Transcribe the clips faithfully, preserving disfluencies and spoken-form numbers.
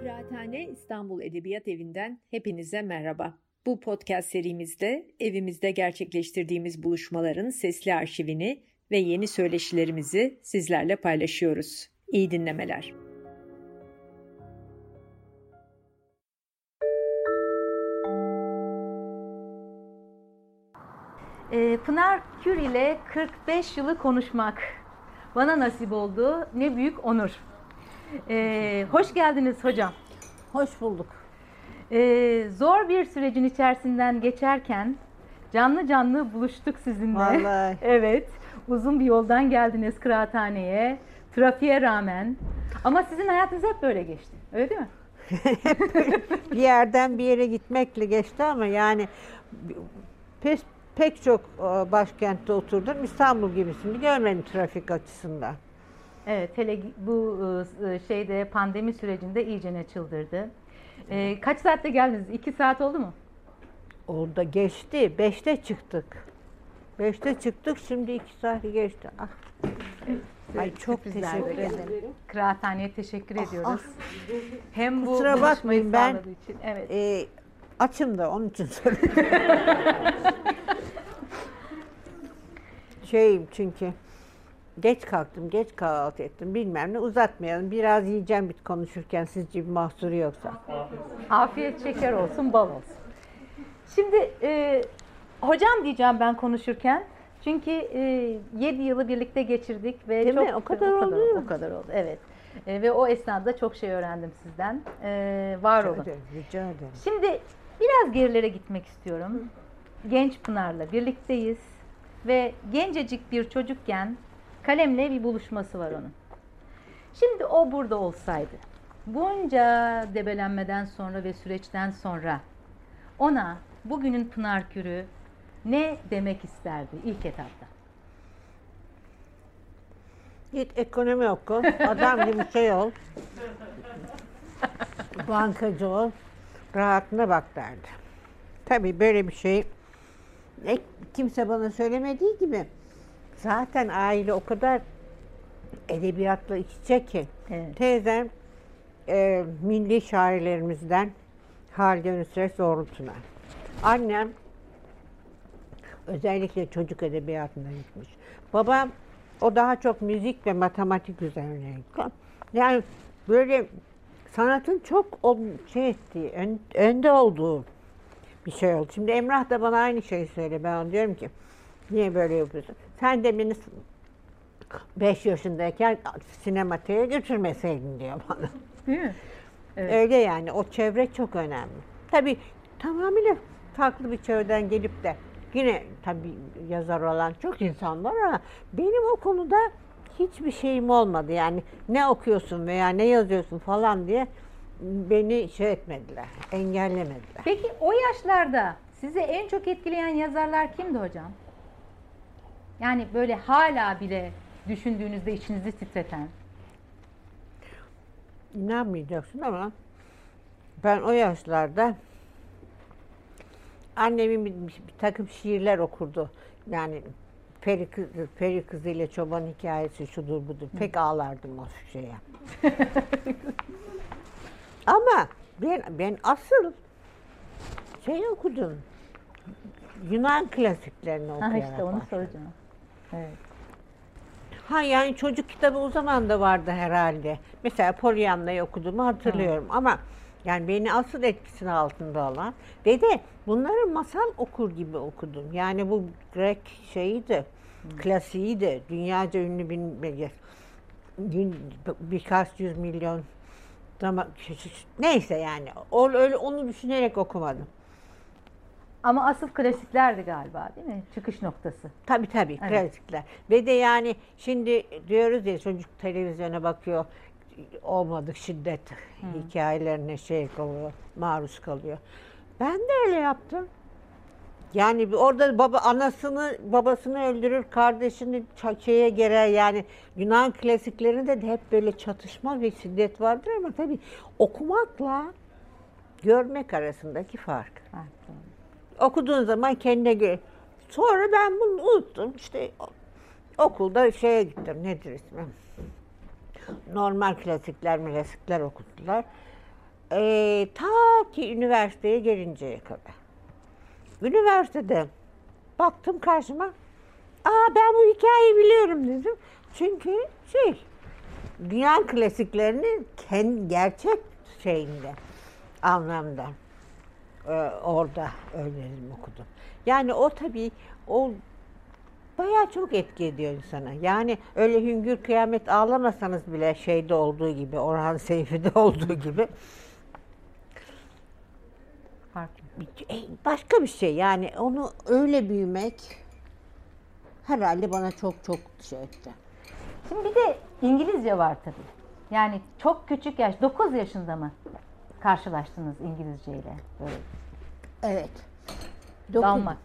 Kıraathane İstanbul Edebiyat Evi'nden hepinize merhaba. Bu podcast serimizde evimizde gerçekleştirdiğimiz buluşmaların sesli arşivini ve yeni söyleşilerimizi sizlerle paylaşıyoruz. İyi dinlemeler. Pınar Kür ile kırk beş yılı konuşmak bana nasip oldu. Ne büyük onur. Ee, hoş geldiniz hocam. Hoş bulduk. Ee, zor bir sürecin içerisinden geçerken canlı canlı buluştuk sizinle. Vallahi. Evet. Uzun bir yoldan geldiniz kıraathaneye. Trafiğe rağmen. Ama sizin hayatınız hep böyle geçti. Öyle değil mi? Bir yerden bir yere gitmekle geçti ama yani pek, pek çok başkentte oturdum. İstanbul gibisini görmedim trafik açısından. Evet, hele bu şeyde pandemi sürecinde iyicene çıldırdı. Ee, kaç saatte geldiniz? İki saat oldu mu? Orada geçti. Beşte çıktık. Beşte çıktık. Şimdi iki saati geçti. Ah. Ay çok teşekkür ederim. Kıraathaneye teşekkür ediyoruz. Ah. Hem bu kusura bakmayın ben için. Evet. E, açım da onun için söyledim. Şeyim çünkü geç kalktım, geç kahvaltı ettim, bilmem ne, uzatmayalım. Biraz yiyeceğim bir konuşurken, sizce bir mahsuru yoksa. Afiyet şeker olsun, bal olsun. Şimdi e, hocam diyeceğim ben konuşurken. Çünkü e, yedi yılı birlikte geçirdik ve değil çok mi? O kadar o oldu. Kadar, o kadar oldu. Evet. E, ve o esnada çok şey öğrendim sizden. E, var olun. Rica ederim, rica ederim. Şimdi biraz gerilere gitmek istiyorum. Genç Pınar'la birlikteyiz ve gencecik bir çocukken kalemle bir buluşması var onun. Şimdi o burada olsaydı, bunca debelenmeden sonra ve süreçten sonra ona bugünün Pınar Kürü ne demek isterdi ilk etapta? Git ekonomi oku, adam gibi şey ol, bankacı ol, rahatına bak derdi. Tabii böyle bir şey kimse bana söylemediği gibi zaten aile o kadar edebiyatla iç içe ki. Evet. Teyzem e, milli şairlerimizden Halide Nusret Zorlu Tuna. Annem özellikle çocuk edebiyatına gitmiş. Babam o daha çok müzik ve matematik üzerine. Yani böyle sanatın çok şey ettiği, ön, önde olduğu bir şey oldu. Şimdi Emrah da bana aynı şeyi söylüyor. Ben ona diyorum ki niye böyle yapıyorsun? Sen de beni beş yaşındayken sinematiğe götürmeseydin diyor bana. Değil mi? Evet. Öyle yani. O çevre çok önemli. Tabii tamamıyla farklı bir çevreden gelip de yine tabii yazar olan çok insan var ama benim o konuda hiçbir şeyim olmadı. Yani ne okuyorsun veya ne yazıyorsun falan diye beni şey etmediler, engellemediler. Peki o yaşlarda sizi en çok etkileyen yazarlar kimdi hocam? Yani böyle hala bile düşündüğünüzde içinizi titreten. İnanmayacaksın ama ben o yaşlarda annemin bir, bir takım şiirler okurdu. Yani Peri, kız, Peri kızı ile çoban hikayesi şudur budur. Pek ağlardım o şeye. Ama ben ben asıl şey okudum. Yunan klasiklerini okuyarak. Ha işte onu soracağım. Evet. Ha yani çocuk kitabı o zaman da vardı herhalde. Mesela Pollyanna'yı okuduğumu hatırlıyorum. Hı. Ama yani beni asıl etkisinin altında olan ve de bunları masal okur gibi okudum. Yani bu Grek şeyiydi, Hı. klasiğiydi. Dünyaca ünlü bir, bir birkaç yüz milyon Ama neyse yani o, öyle onu düşünerek okumadım. Ama asıl klasiklerdi galiba değil mi? Çıkış noktası. Tabii tabii evet. Klasikler. Ve de yani şimdi diyoruz ya çocuk televizyona bakıyor olmadık şiddet Hı. hikayelerine şey kalıyor, maruz kalıyor. Ben de öyle yaptım. Yani orada baba anasını babasını öldürür, kardeşini şeye gerer yani Yunan klasiklerinde de hep böyle çatışma ve şiddet vardır ama tabii okumakla görmek arasındaki fark. Evet. Okuduğun zaman kendine göre. Sonra ben bunu unuttum. İşte okulda şeye gittim. Nedir ismi? Normal klasikler, klasikler okuttular. Ee, ta ki üniversiteye gelinceye kadar. Üniversitede baktım karşıma, aa ben bu hikayeyi biliyorum dedim. Çünkü şey, dünya klasiklerini kendi gerçek şeyinde, anlamda e, orada öğrendim, okudum. Yani o tabii, o bayağı çok etki ediyor insana. Yani öyle hüngür kıyamet ağlamasanız bile şeyde olduğu gibi, Orhan Seyfi'de olduğu gibi Farklı. başka bir şey. Yani onu öyle büyümek herhalde bana çok çok şey etti. Şimdi bir de İngilizce var tabii. Yani çok küçük yaş, dokuz yaşında mı karşılaştınız İngilizce ile? Böyle Evet. dalmak.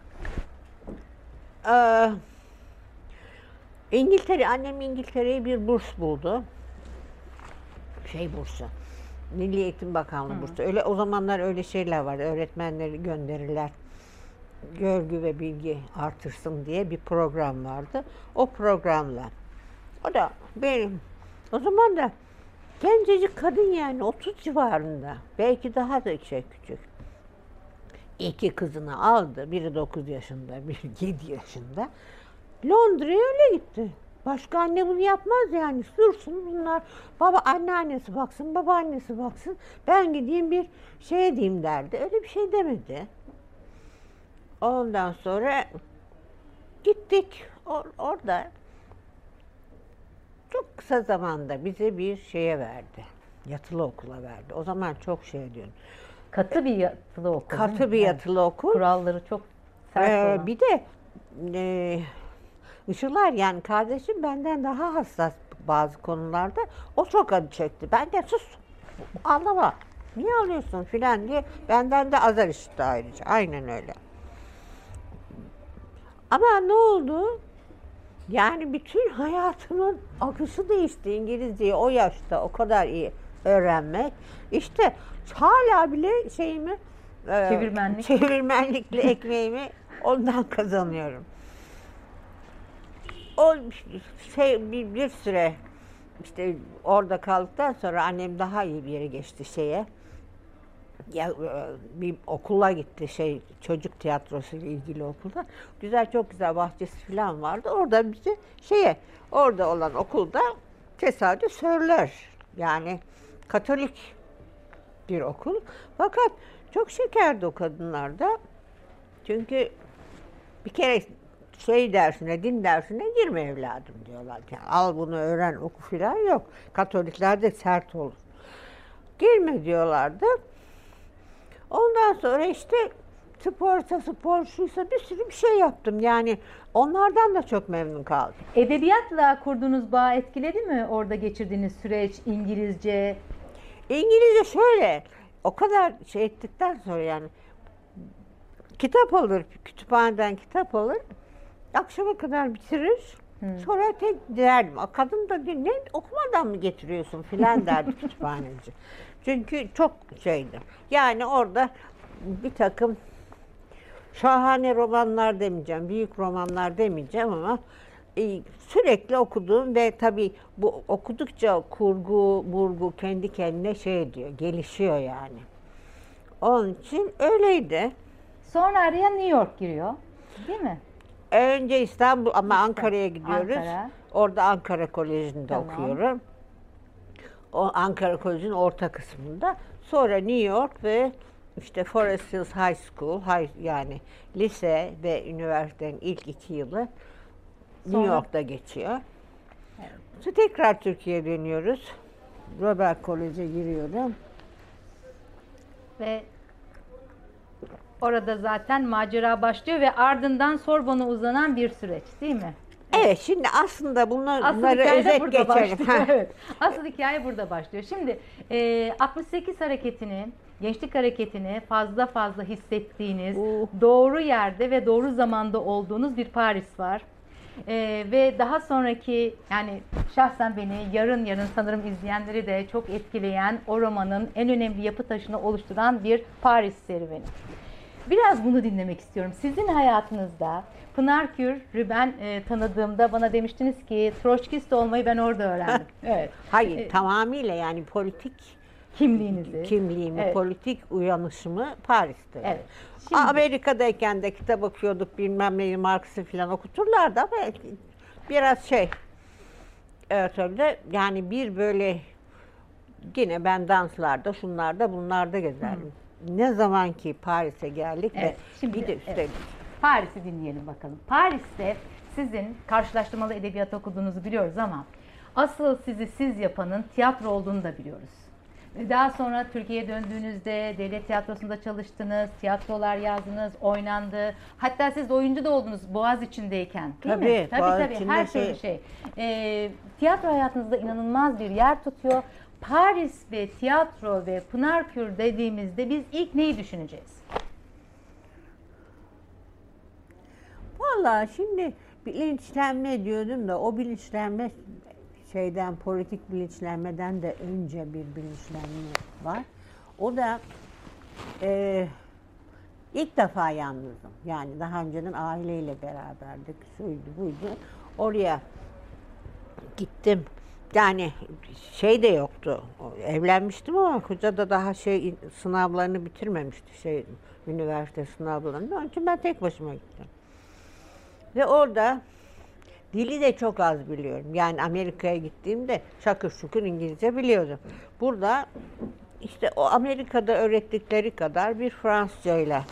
Ee, İngiltere, annem İngiltere'ye bir burs buldu. Şey bursu. Milli Eğitim Bakanlığı Hı. bursu. Öyle o zamanlar öyle şeyler vardı. Öğretmenleri gönderirler. Görgü ve bilgi artırsın diye bir program vardı. O programla. O da benim. O zaman da gencecik kadın, yani otuz civarında. Belki daha da şey küçük. İki kızını aldı. Biri dokuz yaşında, biri yedi yaşında. Londra'ya öyle gitti. Başka anne bunu yapmaz yani. Dursun bunlar. Baba anneannesi baksın, babaannesi baksın. Ben gideyim bir şey diyeyim derdi. Öyle bir şey demedi. Ondan sonra gittik. Or- orada çok kısa zamanda bize bir şeye verdi. Yatılı okula verdi. O zaman çok şey diyorum. Katı bir yatılı okul. değil Katı mi? bir Yani yatılı okul. kuralları çok sert Ee, olan. bir de e, Işıllar, yani kardeşim benden daha hassas bazı konularda. O çok acı çekti. Ben de sus, ağlama, niye ağlıyorsun filan diye benden de azar işitti ayrıca. Aynen öyle. Ama ne oldu? Yani bütün hayatımın akışı değişti. İngilizceyi o yaşta o kadar iyi öğrenmek. İşte hala bile şeyimi e, Çevirmenlik. çevirmenlikle ekmeğimi ondan kazanıyorum. O şey bir, bir süre işte orada kaldıktan sonra annem daha iyi bir yere geçti şeye. Ya bir okula gitti, şey çocuk tiyatrosu ile ilgili okulda. Güzel, çok güzel bahçesi falan vardı. Orada bizi şeye, orada olan okulda tesadüf sörler, yani Katolik bir okul. Fakat çok şekerdi o kadınlar da. Çünkü bir kere şey dersine, din dersine girme evladım diyorlar. Yani al bunu öğren, oku falan yok. Katolikler de sert olur. Girme diyorlardı. Ondan sonra işte sporsa spor, şuysa bir sürü bir şey yaptım. Yani onlardan da çok memnun kaldım. Edebiyatla kurduğunuz bağ etkiledi mi orada geçirdiğiniz süreç, İngilizce? İngilizce şöyle, o kadar şey ettikten sonra yani kitap alır, kütüphaneden kitap alır, akşama kadar bitirir. Hı. Sonra tek derdim, kadın da ne okumadan mı getiriyorsun filan derdi kütüphaneci. Çünkü çok şeydi. Yani orada bir takım şahane romanlar demeyeceğim, büyük romanlar demeyeceğim ama e, sürekli okuduğum ve tabii bu okudukça kurgu, burgu kendi kendine şey ediyor, gelişiyor yani. Onun için öyleydi. Sonra araya New York giriyor, değil mi? Önce İstanbul ama İstanbul, Ankara'ya gidiyoruz. Ankara. Orada Ankara Koleji'nde Tamam. okuyorum. O Ankara Koleji'nin orta kısmında. Sonra New York ve işte Forest Hills High School, high, yani lise ve üniversitenin ilk iki yılı New Sonra- York'ta geçiyor. Sonra tekrar Türkiye'ye dönüyoruz. Robert College'e giriyorum. Ve orada zaten macera başlıyor ve ardından Sorbon'a uzanan bir süreç, değil mi? Evet, şimdi aslında bunlar, Asıl bunları hikaye de özet burada geçelim. başlıyor. Evet. Asıl hikaye burada başlıyor. Şimdi e, altmış sekiz hareketini, gençlik hareketini fazla fazla hissettiğiniz, Uh. doğru yerde ve doğru zamanda olduğunuz bir Paris var. E, ve daha sonraki, yani şahsen beni yarın yarın sanırım izleyenleri de çok etkileyen, o romanın en önemli yapı taşını oluşturan bir Paris serüveni. Biraz bunu dinlemek istiyorum. Sizin hayatınızda Pınar Kür'ü ben e, tanıdığımda bana demiştiniz ki Troçkist olmayı ben orada öğrendim. Evet. Hayır, E, tamamıyla yani politik kimliğinizi. Kimliğimi, Evet. politik uyanışımı Paris'te. Evet. Şimdi, Amerika'dayken de kitap okuyorduk, bilmem neyi, Marx'ı falan okuturlardı ama biraz şey, evet öyle, yani bir böyle yine ben danslarda, şunlarda, bunlarda gezerdim. Hı. Ne zaman ki Paris'e geldik evet. ve Şimdi, bir de üstelik. Evet. Paris'i dinleyelim bakalım. Paris'te sizin karşılaştırmalı edebiyat okuduğunuzu biliyoruz ama asıl sizi siz yapanın tiyatro olduğunu da biliyoruz. Daha sonra Türkiye'ye döndüğünüzde devlet tiyatrosunda çalıştınız, tiyatrolar yazdınız, oynandı. Hatta siz oyuncu da oldunuz Boğaziçi'ndeyken, değil tabii, mi? Tabii tabii, her şey. türlü şey. E, tiyatro hayatınızda inanılmaz bir yer tutuyor. Paris ve tiyatro ve Pınarkür dediğimizde biz ilk neyi düşüneceğiz? Vallahi şimdi bilinçlenme diyordum da o bilinçlenme şeyden, politik bilinçlenmeden de önce bir bilinçlenme var. O da e, ilk defa yalnızım. Yani daha önceden aileyle beraberdik. Şuydu buydu. Oraya gittim. Yani şey de yoktu. Evlenmiştim ama koca da daha şey sınavlarını bitirmemişti. Şey üniversite sınavlarını. Onun için ben tek başıma gittim. Ve orada dili de çok az biliyorum. Yani Amerika'ya gittiğimde şakır şukur İngilizce biliyordum. Burada işte o Amerika'da öğrettikleri kadar bir Fransızcayla.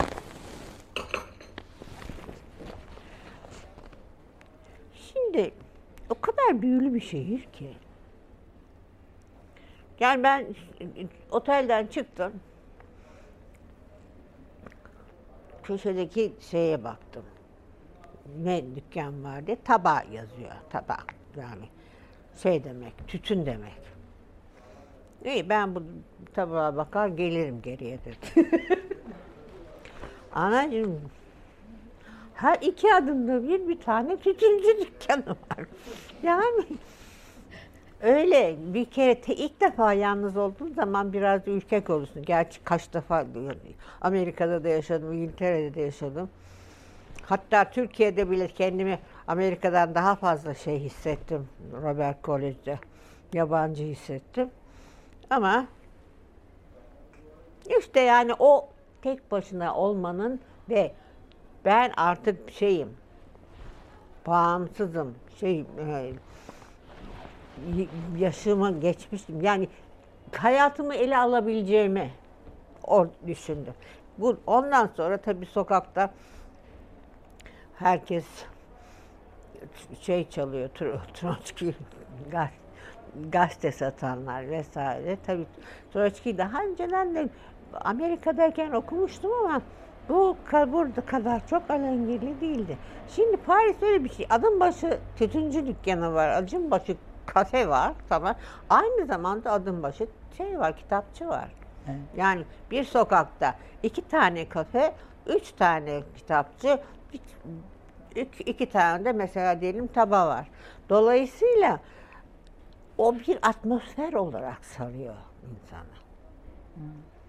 Şimdi o kadar büyülü bir şehir ki. Yani ben otelden çıktım. Köşedeki şeye baktım. Ne dükkan var diye, taba yazıyor, taba yani şey demek, tütün demek. İyi, ben bu tabağa bakar gelirim geriye dedim. Anacığım, her iki adımda bir bir tane tütüncü dükkanı var. Yani öyle bir kere te, ilk defa yalnız olduğun zaman biraz ürkek olursun. Gerçi kaç defa Amerika'da da yaşadım, İngiltere'de de yaşadım. Hatta Türkiye'de bile kendimi Amerika'dan daha fazla şey hissettim. Robert College'de yabancı hissettim. Ama işte yani o tek başına olmanın ve ben artık şeyim, bağımsızım, şey yaşımı geçmiştim. Yani hayatımı ele alabileceğimi o düşündüm. Bu ondan sonra tabii sokakta herkes şey çalıyor, Troçki, gazete satanlar vesaire. Tabii Troçki daha önceden de Amerika'dayken okumuştum ama bu burada kadar çok alengirli değildi. Şimdi Paris öyle bir şey. Adım başı tütüncü dükkanı var, adım başı kafe var, tamam. Aynı zamanda adım başı şey var, kitapçı var. Evet. Yani bir sokakta iki tane kafe, üç tane kitapçı, İki, iki tane de mesela diyelim taba var. Dolayısıyla o bir atmosfer olarak sarıyor insana. Hmm.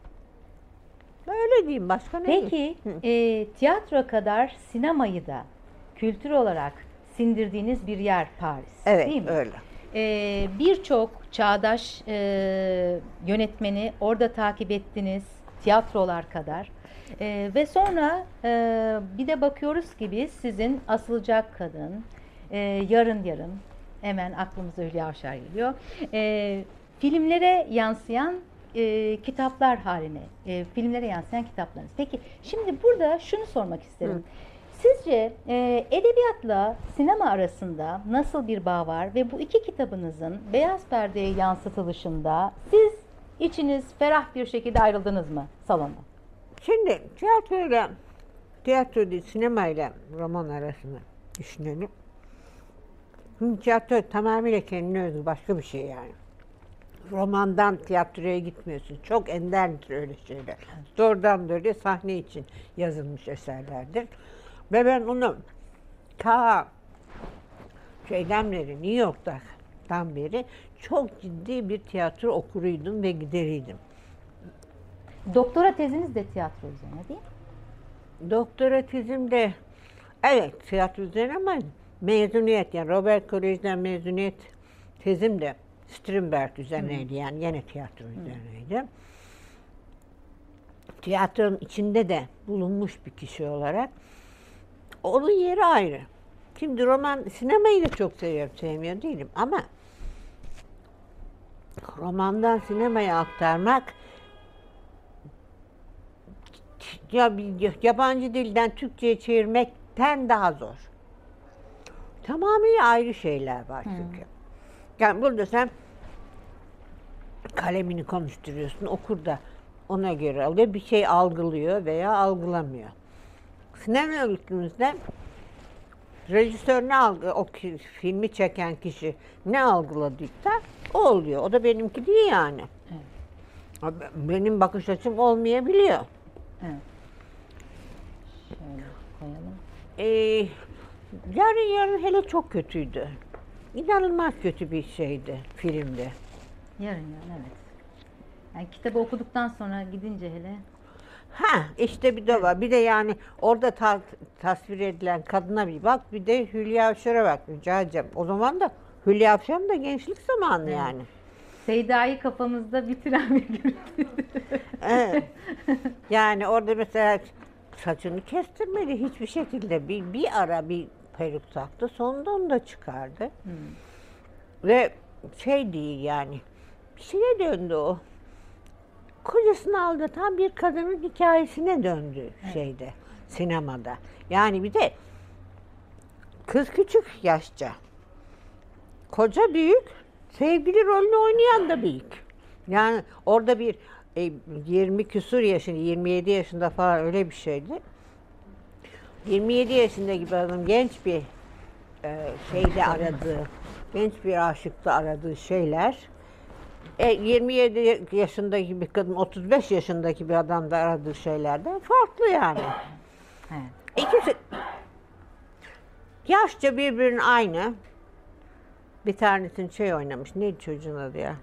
Böyle diyeyim, başka ne Peki, diyeyim? e, tiyatro kadar sinemayı da kültür olarak sindirdiğiniz bir yer Paris, evet, değil mi? Evet, öyle. E, Birçok çağdaş e, yönetmeni orada takip ettiniz, tiyatrolar kadar. Ee, ve sonra e, bir de bakıyoruz ki biz sizin Asılacak Kadın, e, Yarın Yarın, hemen aklımıza Hülya Avşar geliyor, e, filmlere yansıyan e, kitaplar haline, e, filmlere yansıyan kitaplarınız. Peki şimdi burada şunu sormak isterim. Hı. Sizce e, edebiyatla sinema arasında nasıl bir bağ var ve bu iki kitabınızın beyaz perdeye yansıtılışında siz içiniz ferah bir şekilde ayrıldınız mı salonda? Şimdi tiyatroyla, tiyatro değil, sinemayla roman arasında düşünelim. Şimdi tiyatro tamamıyla kendine özgü başka bir şey yani. Romandan tiyatroya gitmiyorsun. Çok enderdir öyle şeyler. Doğrudan böyle sahne için yazılmış eserlerdir. Ve ben onu ta şeyden beri, New York'tan beri çok ciddi bir tiyatro okuruydum ve gideriydim. Doktora teziniz de tiyatro üzerine değil mi? Doktora tezim de evet tiyatro üzerine ama mezuniyet yani Robert College'den mezuniyet tezim de Strindberg üzerineydi, yani yine tiyatro üzerineydi. Tiyatronun içinde de bulunmuş bir kişi olarak onun yeri ayrı. Şimdi roman, sinemayı da çok seviyorum, sevmiyor değilim ama romandan sinemaya aktarmak ya bir yabancı dilden Türkçe'ye çevirmekten daha zor. Tamamıyla ayrı şeyler var çünkü. Hmm. Yani burada sen kalemini konuşturuyorsun, okur da ona göre alıyor, bir şey algılıyor veya algılamıyor. Sinema öykümüzde rejisör ne algı, o filmi çeken kişi ne algıladıysa o oluyor. O da benimki değil yani. Evet. Benim bakış açım olmayabiliyor. Evet. Şöyle koyalım. Ee, yarın yarın hele çok kötüydü. İnanılmaz kötü bir şeydi, filmdi. Yarın yarın evet. Yani kitabı okuduktan sonra gidince hele. Ha işte bir de var. Bir de yani orada ta- tasvir edilen kadına bir bak, bir de Hülya Avşar'a bak rica edeceğim. O zaman da Hülya Avşar'ın da gençlik zamanı evet. Yani. Seyda'yı kafamızda bitiren bir görüntü. Evet. Yani orada mesela saçını kestirmedi hiçbir şekilde. Bir, bir ara bir peruk taktı. Sonunda onu da çıkardı. Hmm. Ve şey değil yani. Bir şeye döndü o. Kocasını aldatan bir kadının hikayesine döndü evet. Şeyde, sinemada. Yani bir de kız küçük yaşça. Koca büyük, sevgili rolünü oynayan da büyük. Yani orada bir e, yirmi küsur yaşında, yirmi yedi yaşında falan öyle bir şeydi. yirmi yedi yaşındaki bir adam genç bir e, şeyde aradığı, genç bir aşıkta aradığı şeyler. E, yirmi yedi yaşındaki bir kadın, otuz beş yaşındaki bir adamda aradığı şeylerden farklı yani. Evet. İkisi yaşça birbirinin aynı. Bir tanesinin şey oynamış. Neydi çocuğun adı ya?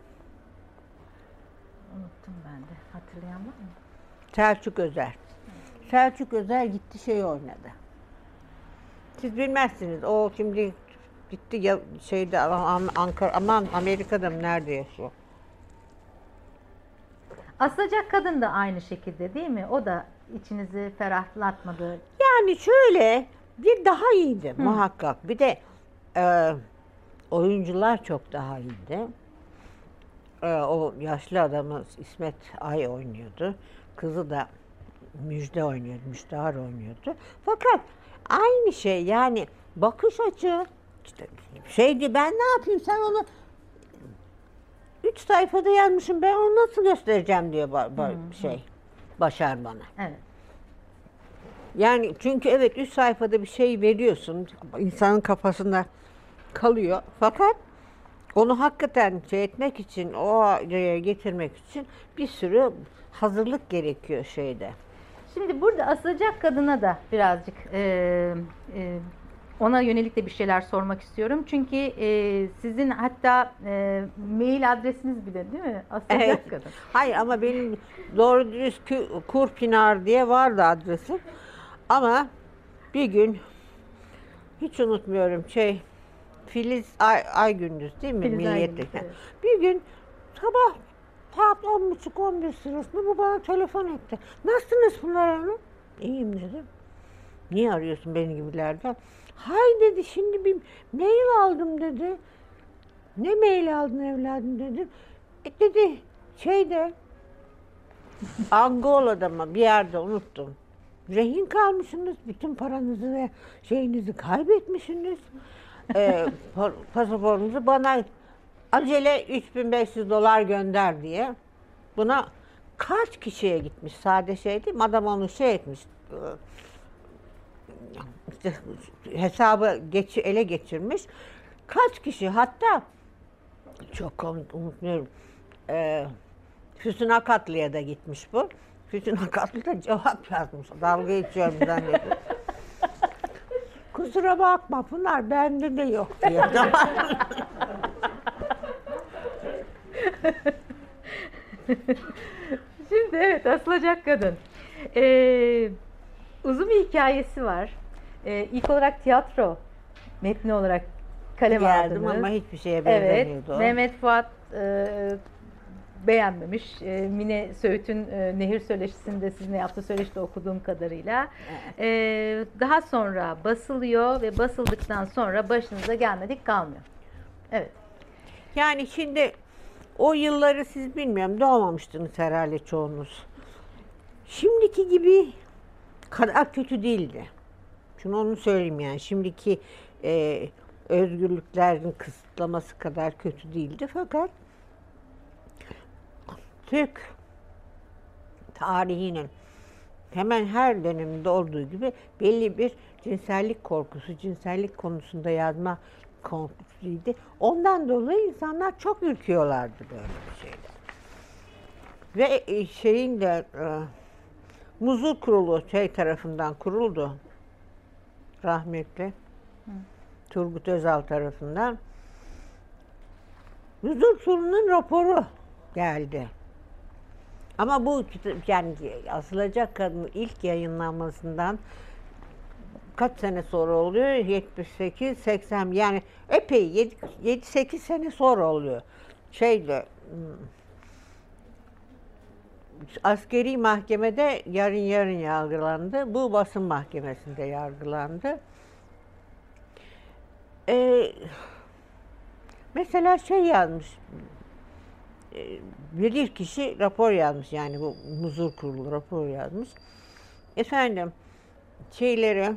Unuttum ben de. Hatırlayan var mı? Selçuk Özer. Evet. Selçuk Özer gitti şey oynadı. Siz bilmezsiniz. O şimdi gitti ya şeyde Ankara, aman Amerika'da mı nerede yaşıyor? Asılacak Kadın da aynı şekilde değil mi? O da içinizi ferahlatmadı. Yani şöyle bir daha iyiydi Hı. muhakkak. Bir de e, oyuncular çok daha iyiydi. E, o yaşlı adamı İsmet Ay oynuyordu. Kızı da Müjde oynuyordu, Müjdar oynuyordu. Fakat aynı şey yani bakış açı işte şeydi ben ne yapayım sen onu üç sayfada yazmışım ben onu nasıl göstereceğim diyor ba- ba- hmm, şey hmm. Başar bana. Evet. Yani çünkü evet üç sayfada bir şey veriyorsun insanın kafasında kalıyor fakat onu hakikaten şey etmek için o araya getirmek için bir sürü hazırlık gerekiyor şeyde. Şimdi burada Asılacak Kadın'a da birazcık e, e, ona yönelik de bir şeyler sormak istiyorum. Çünkü e, sizin hatta e, mail adresiniz bile değil mi? Asılacak evet. Kadın. Hayır ama benim doğru dürüst Kurpinar diye vardı adresim. Ama bir gün hiç unutmuyorum şey Filiz Ay, Aygündüz değil mi? Milliyet'te. Evet. Bir gün sabah saat on buçuk on bir sırasında bu bana telefon etti. Nasılsınız Pınar Hanım? İyiyim dedim. Niye arıyorsun beni gibilerden? Hay dedi şimdi bir mail aldım dedi. Ne mail aldın evladım dedim. E dedi şeyde Angola'da mı bir yerde unuttum. Rehin kalmışsınız. Bütün paranızı ve şeyinizi kaybetmişsiniz. e, pasaportunuzu bana acele üç bin beş yüz dolar gönder diye. Buna kaç kişiye gitmiş sade şey değil mi? Adam onu şey etmiş. İşte hesabı geç, ele geçirmiş. Kaç kişi hatta çok komik unutmuyorum. Ee, Füsun Akatlı'ya da gitmiş bu. Füsun Akatlı da cevap yazmış. Dalga geçiyorum zannediyorum. Kusura bakma Pınar bende de yok diyor. Şimdi evet Asılacak Kadın. Ee, uzun bir hikayesi var. Ee, ilk olarak tiyatro metni olarak kalem Geldim aldınız. ama hiçbir şeye benzemiyordu Evet, o. Mehmet Fuat e, beğenmemiş. E, Mine Söğüt'ün e, Nehir Söyleşisi'nde sizinle yaptığı söyleşide okuduğum kadarıyla. Evet. E, daha sonra basılıyor ve basıldıktan sonra başınıza gelmedik kalmıyor. Evet. Yani şimdi o yılları siz bilmiyorum doğmamıştınız herhalde çoğunuz. Şimdiki gibi kadar kötü değildi. Şunu onu söyleyeyim yani. Şimdiki e, özgürlüklerin kısıtlaması kadar kötü değildi. Fakat Türk tarihinin hemen her döneminde olduğu gibi belli bir cinsellik korkusu, cinsellik konusunda yazma korkusuydu. Ondan dolayı insanlar çok ürküyorlardı böyle bir şeyden. Ve şeyin de e, Muzur Kurulu şey tarafından kuruldu. Rahmetli Hı. Turgut Özal tarafından. Muzur Kurulu'nun raporu geldi. Ama bu yani Asılacak Kadın ilk yayınlanmasından kaç sene sonra oluyor? yetmiş sekiz seksen yani epey yedi sekiz sene sonra oluyor. Şeyle askeri mahkemede yarın yarın yargılandı. Bu basın mahkemesinde yargılandı. Ee, mesela şey yazmış. Bir kişi rapor yazmış yani bu Muzur Kurulu rapor yazmış. Efendim şeyleri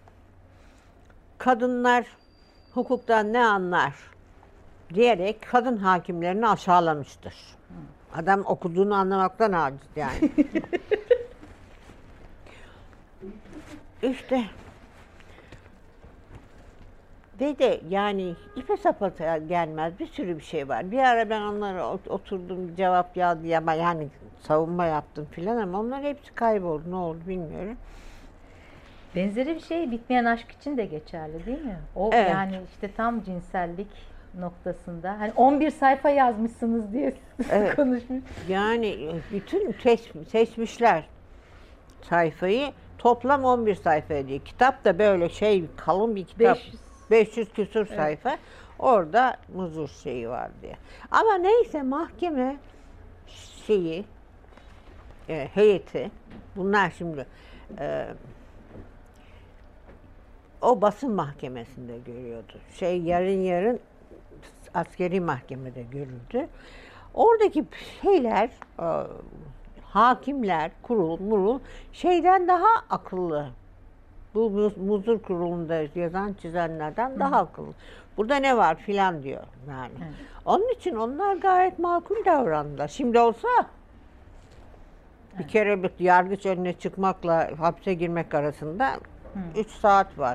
kadınlar hukuktan ne anlar diyerek kadın hakimlerini aşağılamıştır. Adam okuduğunu anlamaktan aciz yani. İşte ve de yani ipe sapa gelmez bir sürü bir şey var. Bir ara ben onlara oturdum cevap yazdı ya yani savunma yaptım filan ama onlar hepsi kayboldu. Ne oldu bilmiyorum. Benzeri bir şey Bitmeyen Aşk için de geçerli değil mi? O evet. Yani işte tam cinsellik noktasında. Hani on bir sayfa yazmışsınız diye evet. konuşmuş. Yani bütün seç, seçmişler sayfayı toplam on bir sayfa ediyor. Kitap da böyle şey kalın bir kitap. beş yüz beş yüz küsur evet. sayfa. Orada Muzur şeyi var diye. Ama neyse mahkeme şeyi e, heyeti bunlar şimdi e, o basın mahkemesinde görüyordu. Şey yarın yarın askeri mahkemede görüldü. Oradaki şeyler e, hakimler, kurul, murul şeyden daha akıllı. Bu Muzur Kurulu'nda yazan çizenlerden Hı. daha akıllı. Burada ne var filan diyor yani. Hı. Onun için onlar gayet makul davrandılar. Şimdi olsa bir kere bir yargıç önüne çıkmakla hapse girmek arasında üç saat var.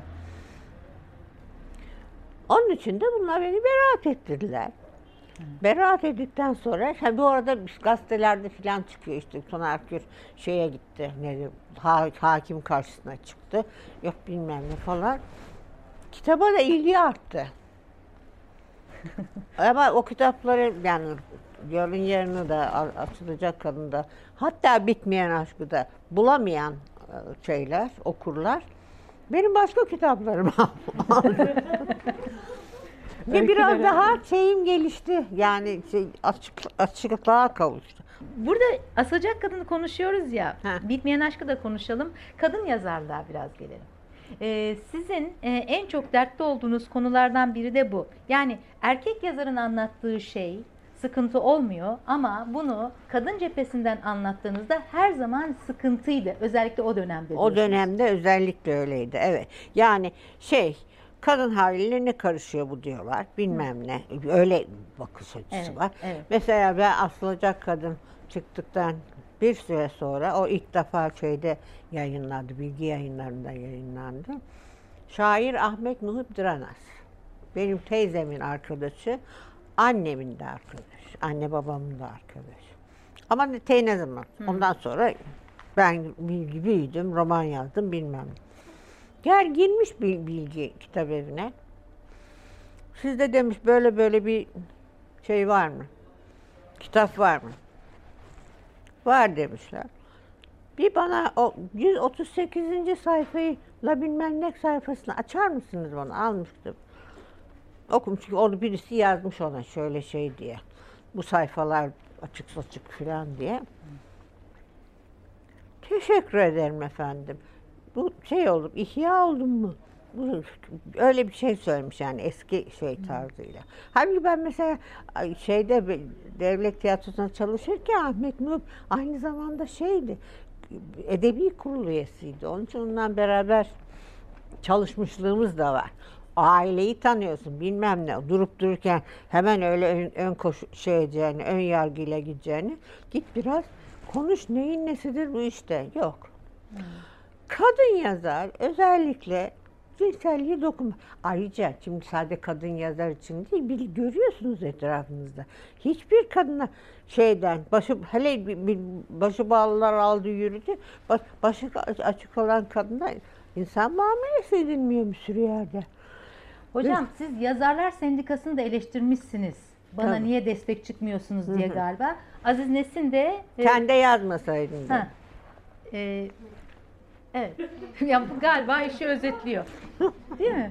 Onun için de bunlar beni beraat ettirdiler. Hı. Beraat ettikten sonra, ha, bu arada gazetelerde filan çıkıyor işte. Soner Kür şeye gitti, ne, ha, hakim karşısına çıktı. Yok bilmem ne falan. Kitaba da ilgi arttı. Ama o kitapları yani yarın yarını da Açılacak Kadın'da hatta Bitmeyen Aşk'ı da bulamayan şeyler, okurlar benim başka kitaplarımı aldı. Ve biraz daha şeyim gelişti. Yani şey, açık, açıklığa kavuştu. Burada Asılacak Kadın'ı konuşuyoruz ya. Heh. Bitmeyen Aşk'ı da konuşalım. Kadın yazarlığa biraz gelelim. Ee, sizin e, en çok dertli olduğunuz konulardan biri de bu. Yani erkek yazarın anlattığı şey sıkıntı olmuyor ama bunu kadın cephesinden anlattığınızda her zaman sıkıntıydı. Özellikle o dönemde. O diyorsunuz. Dönemde özellikle öyleydi. Evet. Yani şey kadın haliyle ne karışıyor bu diyorlar. Bilmem Hı. ne. Öyle bakış açısı evet, var. Evet. Mesela ben Asılacak Kadın çıktıktan bir süre sonra o ilk defa şeyde yayınlandı. Bilgi Yayınları'nda yayınlandı. Şair Ahmet Nuhip Dranas. Benim teyzemin arkadaşı, annemin de arkadaşı. Anne babamın da arkadaşı. Ama te ne zaman? Hı. Ondan sonra ben bilgi büyüdüm, roman yazdım bilmem. Gel girmiş Bilgi kitap evine. Sizde demiş böyle böyle bir şey var mı? Kitap var mı? Var demişler. Bir bana o yüz otuz sekizinci sayfayı la bilmem ne sayfasını açar mısınız bana? Almıştım. Okumuş çünkü onu birisi yazmış ona şöyle şey diye. Bu sayfalar açık saçık falan diye. Teşekkür ederim efendim. Bu şey oldum, ihya oldum mu? Bu, öyle bir şey söylemiş yani eski şey tarzıyla. Halbuki ben mesela şeyde devlet tiyatrosunda çalışırken Ahmet Nur aynı zamanda şeydi, edebi kurulu üyesiydi. Onun için onunla beraber çalışmışlığımız da var. Aileyi tanıyorsun, bilmem ne. Durup dururken hemen öyle ön, ön koşu şey edeceğini, ön yargıyla gideceğini. Git biraz konuş, neyin nesidir bu işte. Yok. Hmm. Kadın yazar özellikle cinselliği dokunma. Ayrıca şimdi sadece kadın yazar için değil, bil, görüyorsunuz etrafınızda. Hiçbir kadına şeyden, başı hele bir, bir başı bağlılar aldı yürüdü, baş, başı açık olan kadına insan muamelesi edilmiyor bir sürü yerde. Hocam siz Yazarlar Sendikası'nı da eleştirmişsiniz. Bana Tabii. Niye destek çıkmıyorsunuz diye galiba. Aziz Nesin de... Sen de yazmasaydın da. E, evet. Ya galiba işi özetliyor. Değil mi?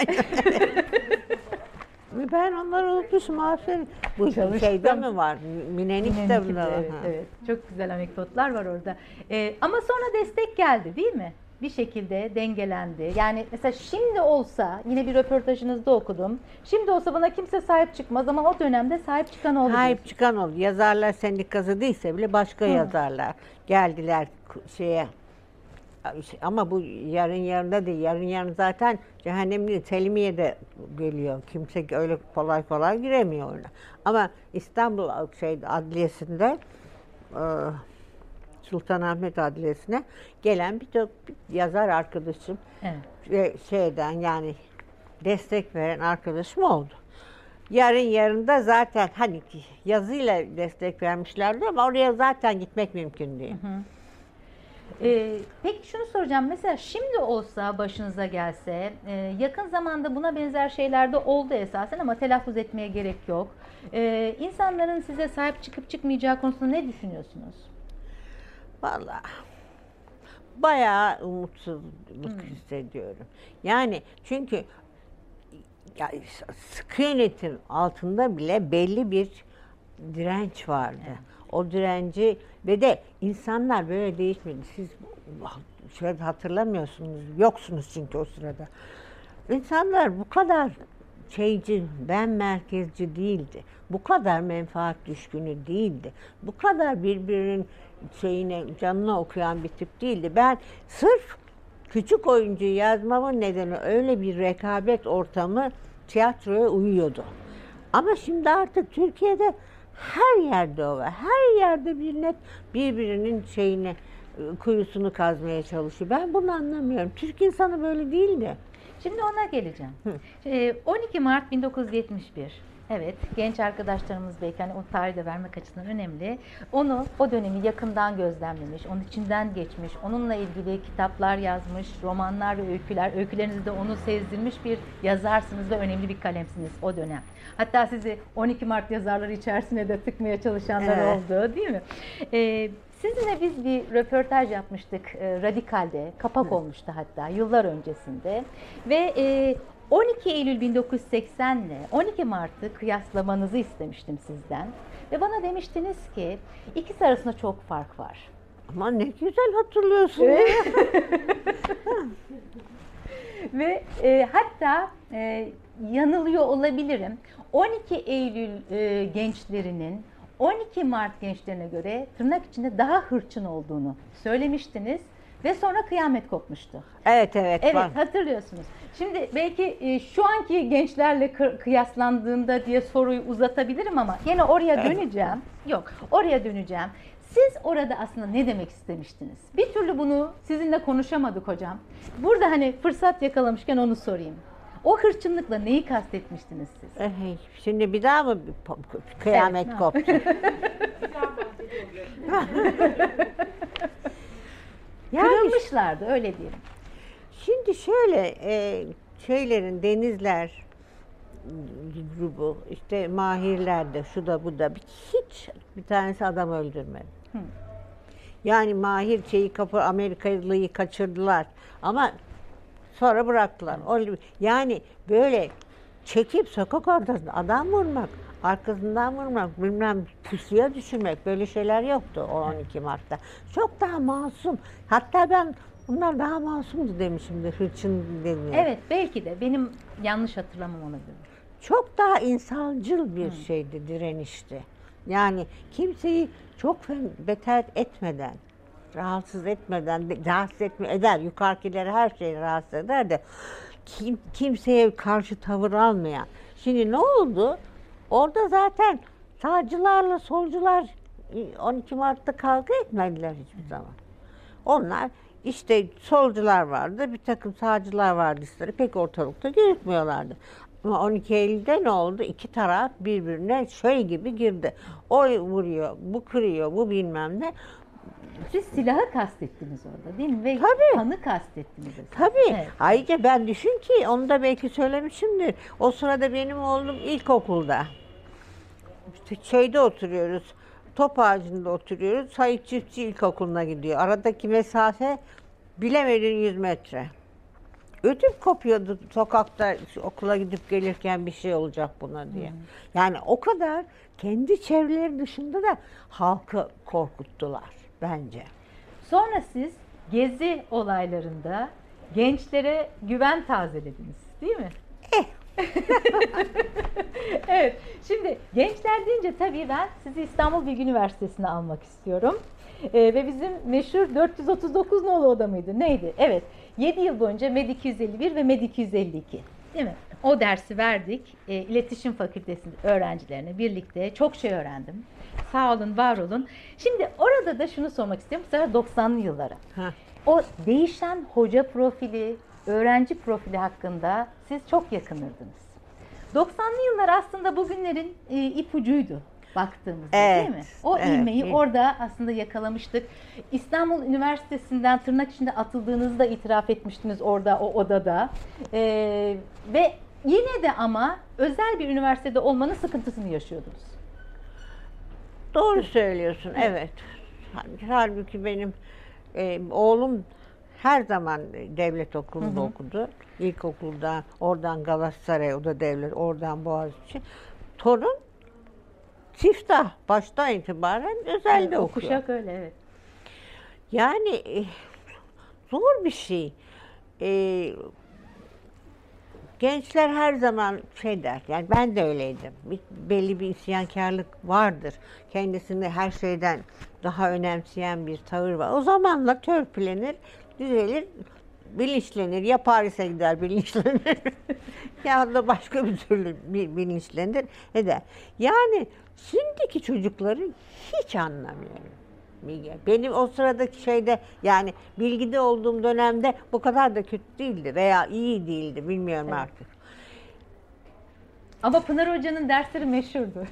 Ben onları unutmuşum. Aferin. Bu Çalıştım. Şeyde mi var? Mine'nin kitabında. Evet, evet. Çok güzel anekdotlar var orada. Ee, ama sonra destek geldi değil mi? Bir şekilde dengelendi. Yani mesela şimdi olsa, yine bir röportajınızda okudum. Şimdi olsa bana kimse sahip çıkmaz ama o dönemde sahip çıkan oldu. Sahip diyorsun. Çıkan oldu. Yazarlar Sendikası değilse bile başka Hı. yazarlar geldiler şeye. Ama bu yarın yarında değil. Yarın yarın zaten cehennemli Selimiye'de geliyor. Kimse öyle kolay kolay giremiyor ona. Ama İstanbul şey Adliyesi'nde Sultanahmet Adliyesi'ne gelen bir, bir yazar arkadaşım evet. ve şeyden yani destek veren arkadaşım oldu. Yarın yarında zaten hani yazıyla destek vermişlerdi ama oraya zaten gitmek mümkün değil. Hı hı. Ee, peki şunu soracağım. Mesela şimdi olsa başınıza gelse, e, yakın zamanda buna benzer şeyler de oldu esasen ama telaffuz etmeye gerek yok. Ee, insanların size sahip çıkıp çıkmayacağı konusunda ne düşünüyorsunuz? Vallahi bayağı umutsuzluk hmm. hissediyorum. Yani çünkü ya, sıkı yönetim altında bile belli bir direnç vardı. Evet. O direnci ve de insanlar böyle değişmedi. Siz şöyle hatırlamıyorsunuz, yoksunuz çünkü o sırada. İnsanlar bu kadar şeyci, ben merkezci değildi. Bu kadar menfaat düşkünü değildi. Bu kadar birbirinin şeyine, canına okuyan bir tip değildi. Ben sırf küçük oyuncu yazmamın nedeni öyle bir rekabet ortamı tiyatroya uyuyordu. Ama şimdi artık Türkiye'de her yerde o var. Her yerde bir net birbirinin şeyine, kuyusunu kazmaya çalışıyor. Ben bunu anlamıyorum. Türk insanı böyle değildi. Şimdi ona geleceğim. on iki Mart bin dokuz yüz yetmiş bir. Evet, genç arkadaşlarımız belki hani o tarihi de vermek açısından önemli. Onu, o dönemi yakından gözlemlemiş, onun içinden geçmiş, onunla ilgili kitaplar yazmış, romanlar ve öyküler, öykülerinizde onu sezdirmiş bir yazarsınız ve önemli bir kalemsiniz o dönem. Hatta sizi on iki Mart yazarları içerisine de tıkmaya çalışanlar evet. oldu, değil mi? Ee, Sizinle biz bir röportaj yapmıştık e, Radikal'de, kapak Hı. olmuştu hatta yıllar öncesinde ve e, on iki Eylül bin dokuz yüz seksen ile on iki Mart'ı kıyaslamanızı istemiştim sizden ve bana demiştiniz ki ikisi arasında çok fark var. Ama ne güzel hatırlıyorsun. Ve e, hatta e, yanılıyor olabilirim. on iki Eylül e, gençlerinin on iki Mart gençlerine göre tırnak içinde daha hırçın olduğunu söylemiştiniz ve sonra kıyamet kopmuştu. Evet evet. Evet var. Hatırlıyorsunuz. Şimdi belki e, şu anki gençlerle kıyaslandığında diye soruyu uzatabilirim ama yine oraya döneceğim. Yok, oraya döneceğim. Siz orada aslında ne demek istemiştiniz? Bir türlü bunu sizinle konuşamadık hocam. Burada hani fırsat yakalamışken onu sorayım. O hırçınlıkla neyi kastetmiştiniz siz? Şimdi bir daha mı kıyamet evet, koptu? Yani, kırılmışlardı öyle diyelim. Şimdi şöyle e, şeylerin denizler grubu işte mahirler de şu da bu da hiç bir tanesi adam öldürmedi. Hı. Yani mahir şeyi kapı Amerikalıyı kaçırdılar ama sonra bıraktılar. Yani böyle çekip sokak ortasında adam vurmak, arkasından vurmak, bilmem pusuya düşürmek, böyle şeyler yoktu o on iki Mart'ta. Çok daha masum. Hatta ben bunlar daha masumdu demişimdir, hırçın deniyor. Evet, belki de benim yanlış hatırlamam olabilir. Çok daha insancıl bir şeydi, direnişti. Yani kimseyi çok beter etmeden, rahatsız etmeden, rahatsız etme eder, yukarıkileri her şeyi rahatsız eder de kim, kimseye karşı tavır almayan. Şimdi ne oldu? Orada zaten sağcılarla solcular on iki Mart'ta kavga etmediler hiçbir zaman. Onlar işte solcular vardı, bir takım sağcılar vardı, pek ortalıkta gözükmüyorlardı. Ama on iki Eylül'de ne oldu? İki taraf birbirine şey gibi girdi. O vuruyor, bu kırıyor, bu bilmem ne. Siz silahı kastettiniz orada değil mi? Ve Tabii. kanı kastettiniz. Tabii. Evet. Ayrıca ben düşün ki, onu da belki söylemişimdir. O sırada benim oğlum ilkokulda. İşte şeyde oturuyoruz, top ağacında oturuyoruz. Sayit Çiftçi İlkokulu'na gidiyor. Aradaki mesafe bilemedin yüz metre. Ödüm kopuyordu sokakta okula gidip gelirken bir şey olacak buna diye. Hmm. Yani o kadar kendi çevreleri dışında da halkı korkuttular bence. Sonra siz gezi olaylarında gençlere güven tazelediniz, değil mi? Eh. Evet. Şimdi gençler deyince tabii ben sizi İstanbul Bilgi Üniversitesi'ne almak istiyorum. Ee, ve bizim meşhur dört yüz otuz dokuz nolu oda mıydı? Neydi? Evet. yedi yıl boyunca Med iki yüz elli bir ve Med iki yüz elli iki. Değil mi? O dersi verdik. E, İletişim Fakültesi öğrencilerine birlikte çok şey öğrendim. Sağ olun, var olun. Şimdi orada da şunu sormak istiyorum. Bu sefer doksanlı yıllara. Heh. O değişen hoca profili, öğrenci profili hakkında siz çok yakınırdınız. doksanlı yıllar aslında bugünlerin e, ipucuydu baktığımızda, evet, değil mi? O evet, ilmeği evet. orada aslında yakalamıştık. İstanbul Üniversitesi'nden tırnak içinde atıldığınızı da itiraf etmiştiniz orada, o odada. Ee, ve yine de ama özel bir üniversitede olmanın sıkıntısını yaşıyordunuz. Doğru söylüyorsun, evet. Halbuki benim e, oğlum her zaman devlet okulunda hı hı. okudu. İlkokulda, oradan Galatasaray, o da devlet, oradan Boğaziçi. Torun Siftah baştan itibaren özelde evet, okuyor. Kuşak öyle, evet. Yani e, zor bir şey. E, gençler her zaman şey der, yani ben de öyleydim. Bir, belli bir isyankarlık vardır. Kendisini her şeyden daha önemseyen bir tavır var. O zamanla törpülenir, düzelir, bilinçlenir. Ya Paris'e gider bilinçlenir ya da başka bir türlü bilinçlenir eder. Yani şimdiki çocukları hiç anlamıyorum. Benim o sıradaki şeyde, yani bilgide olduğum dönemde bu kadar da kötü değildi veya iyi değildi, bilmiyorum evet. artık. Ama Pınar Hoca'nın dersleri meşhurdu.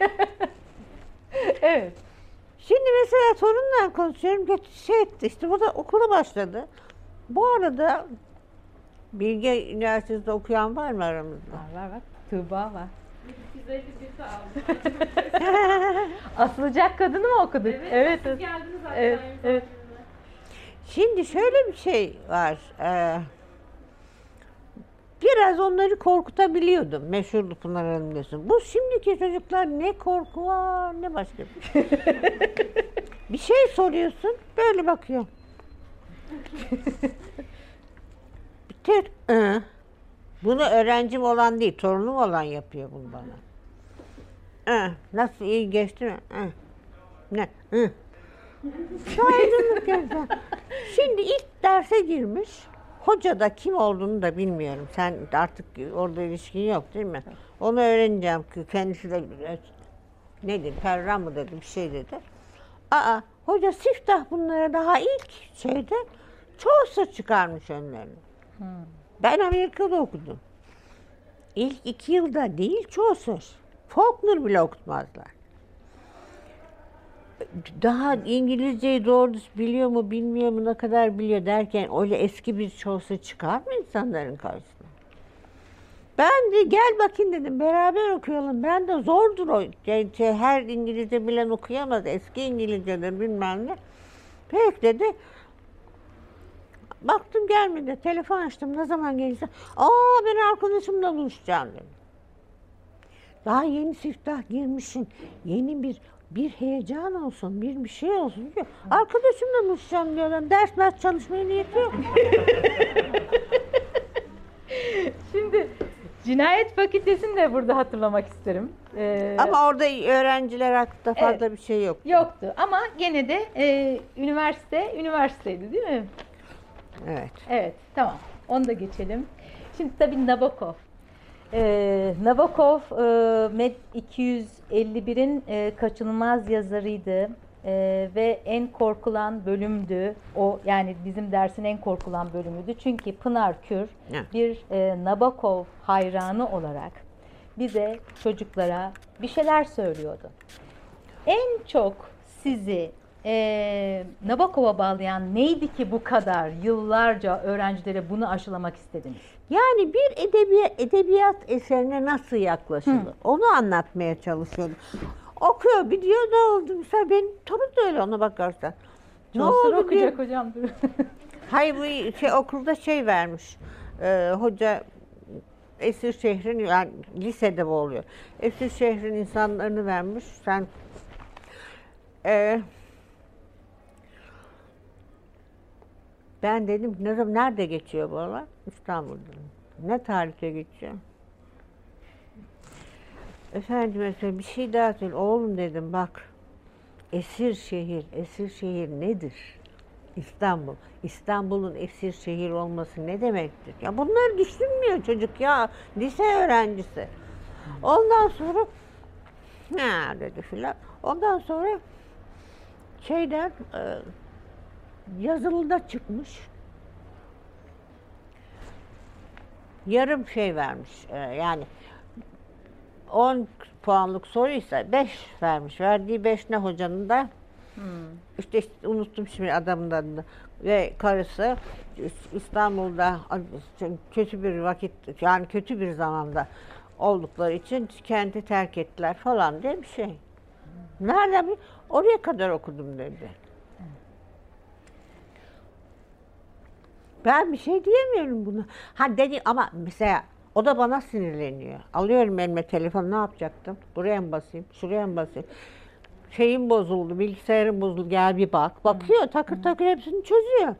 Evet. Şimdi mesela torunla konuşuyorum, kötü şey etti, işte bu da okula başladı. Bu arada Bilgi Üniversitesi'nde okuyan var mı aramızda? Var var var. Tuğba var. Asılacak Kadını mı okuduk? Evet. Evet. Siz geldiniz hatta. Evet, evet. Şimdi şöyle bir şey var. Ee, biraz onları korkutabiliyordum. Meşhurdu Pınar Hanım diyorsun. Bu şimdiki çocuklar ne korku var ne başka bir şey. Bir şey soruyorsun, böyle bakıyor. Bitir. Ee, bunu öğrencim olan değil, torunum olan yapıyor bunu bana. Ee, nasıl, iyi geçti mi? Ee, ne? Ee. Şimdi ilk derse girmiş. Hoca da kim olduğunu da bilmiyorum. Sen artık orada ilişkin yok değil mi? Onu öğreneceğim. Kendisi de ne dedi? Perran mı dedi? Bir şey dedi. Aa, hoca siftah bunlara daha ilk şeyde Chaucer çıkarmış önlerine. Hmm. Ben Amerika'da okudum. İlk iki yılda değil Chaucer. Faulkner bile okutmazlar. Daha İngilizceyi doğru biliyor mu bilmiyor mu, ne kadar biliyor derken öyle eski bir Chaucer çıkar mı insanların karşısına? Ben de gel bakayım dedim, beraber okuyalım. Ben de zordur o. Şey, her İngilizce bilen okuyamaz. Eski İngilizcedir bilmem ne. Peki dedi. Baktım gelmedi. Telefon açtım. Ne zaman gelirse. Aa, ben arkadaşımla buluşacağım dedim. Daha yeni siftah girmişsin. Yeni bir bir heyecan olsun, bir bir şey olsun diyor. Arkadaşımla buluşacağım diyorlar. Ders ders çalışmaya niyeti yok. Şimdi Cinayet Fakültesini de burada hatırlamak isterim. Ee, Ama orada öğrenciler hakkında fazla Evet. bir şey yok. Yoktu ama gene de e, üniversite, üniversiteydi değil mi? Evet. Evet, tamam. Onu da geçelim. Şimdi tabii Nabokov. Ee, Nabokov e, Med iki yüz elli birin e, kaçınılmaz yazarıydı. Ee, ve en korkulan bölümdü. O yani bizim dersin en korkulan bölümüydü. Çünkü Pınar Kür Evet. bir e, Nabokov hayranı olarak bize çocuklara bir şeyler söylüyordu. En çok sizi e, Nabokov'a bağlayan neydi ki bu kadar yıllarca öğrencilere bunu aşılamak istediniz? Yani bir edebiyat, edebiyat eserine nasıl yaklaşılır? Hı. Onu anlatmaya çalışıyorum. Okuyor, biliyor, ne oldu? Mesela benim torun da öyle, ona bakarsan. Ne Chaucer oldu okuyacak diye. hocam. Dur. Hayır, bu şey, okulda şey vermiş. Ee, hoca Esir şehrin, yani lisede bu oluyor. Esir şehrin insanlarını vermiş. Sen e, ben dedim ne zaman, nerede geçiyor bu olay? İstanbul'da. Ne tarihte geçiyor? Efendim mesela bir şey daha söyle. Oğlum dedim bak. Esir şehir, esir şehir nedir? İstanbul. İstanbul'un esir şehir olması ne demektir? Ya bunları düşünmüyor çocuk ya. Lise öğrencisi. Ondan sonra ha dedi filan. Ondan sonra şeyden e, yazılıda çıkmış. Yarım şey vermiş. E, yani on puanlık soruysa beş vermiş. Verdiği beş ne hocanın da? Hmm. İşte, işte unuttum şimdi adamın adını. Ve karısı İstanbul'da kötü bir vakit, yani kötü bir zamanda oldukları için kenti terk ettiler falan diye bir şey. Nereden bir? Oraya kadar okudum dedi. Ben bir şey diyemiyorum buna. Ha dedi ama mesela o da bana sinirleniyor. Alıyorum elime telefon, ne yapacaktım? Buraya mı basayım, şuraya mı basayım? Şeyim bozuldu, bilgisayarım bozuldu, gel bir bak. Bakıyor, takır takır hepsini çözüyor.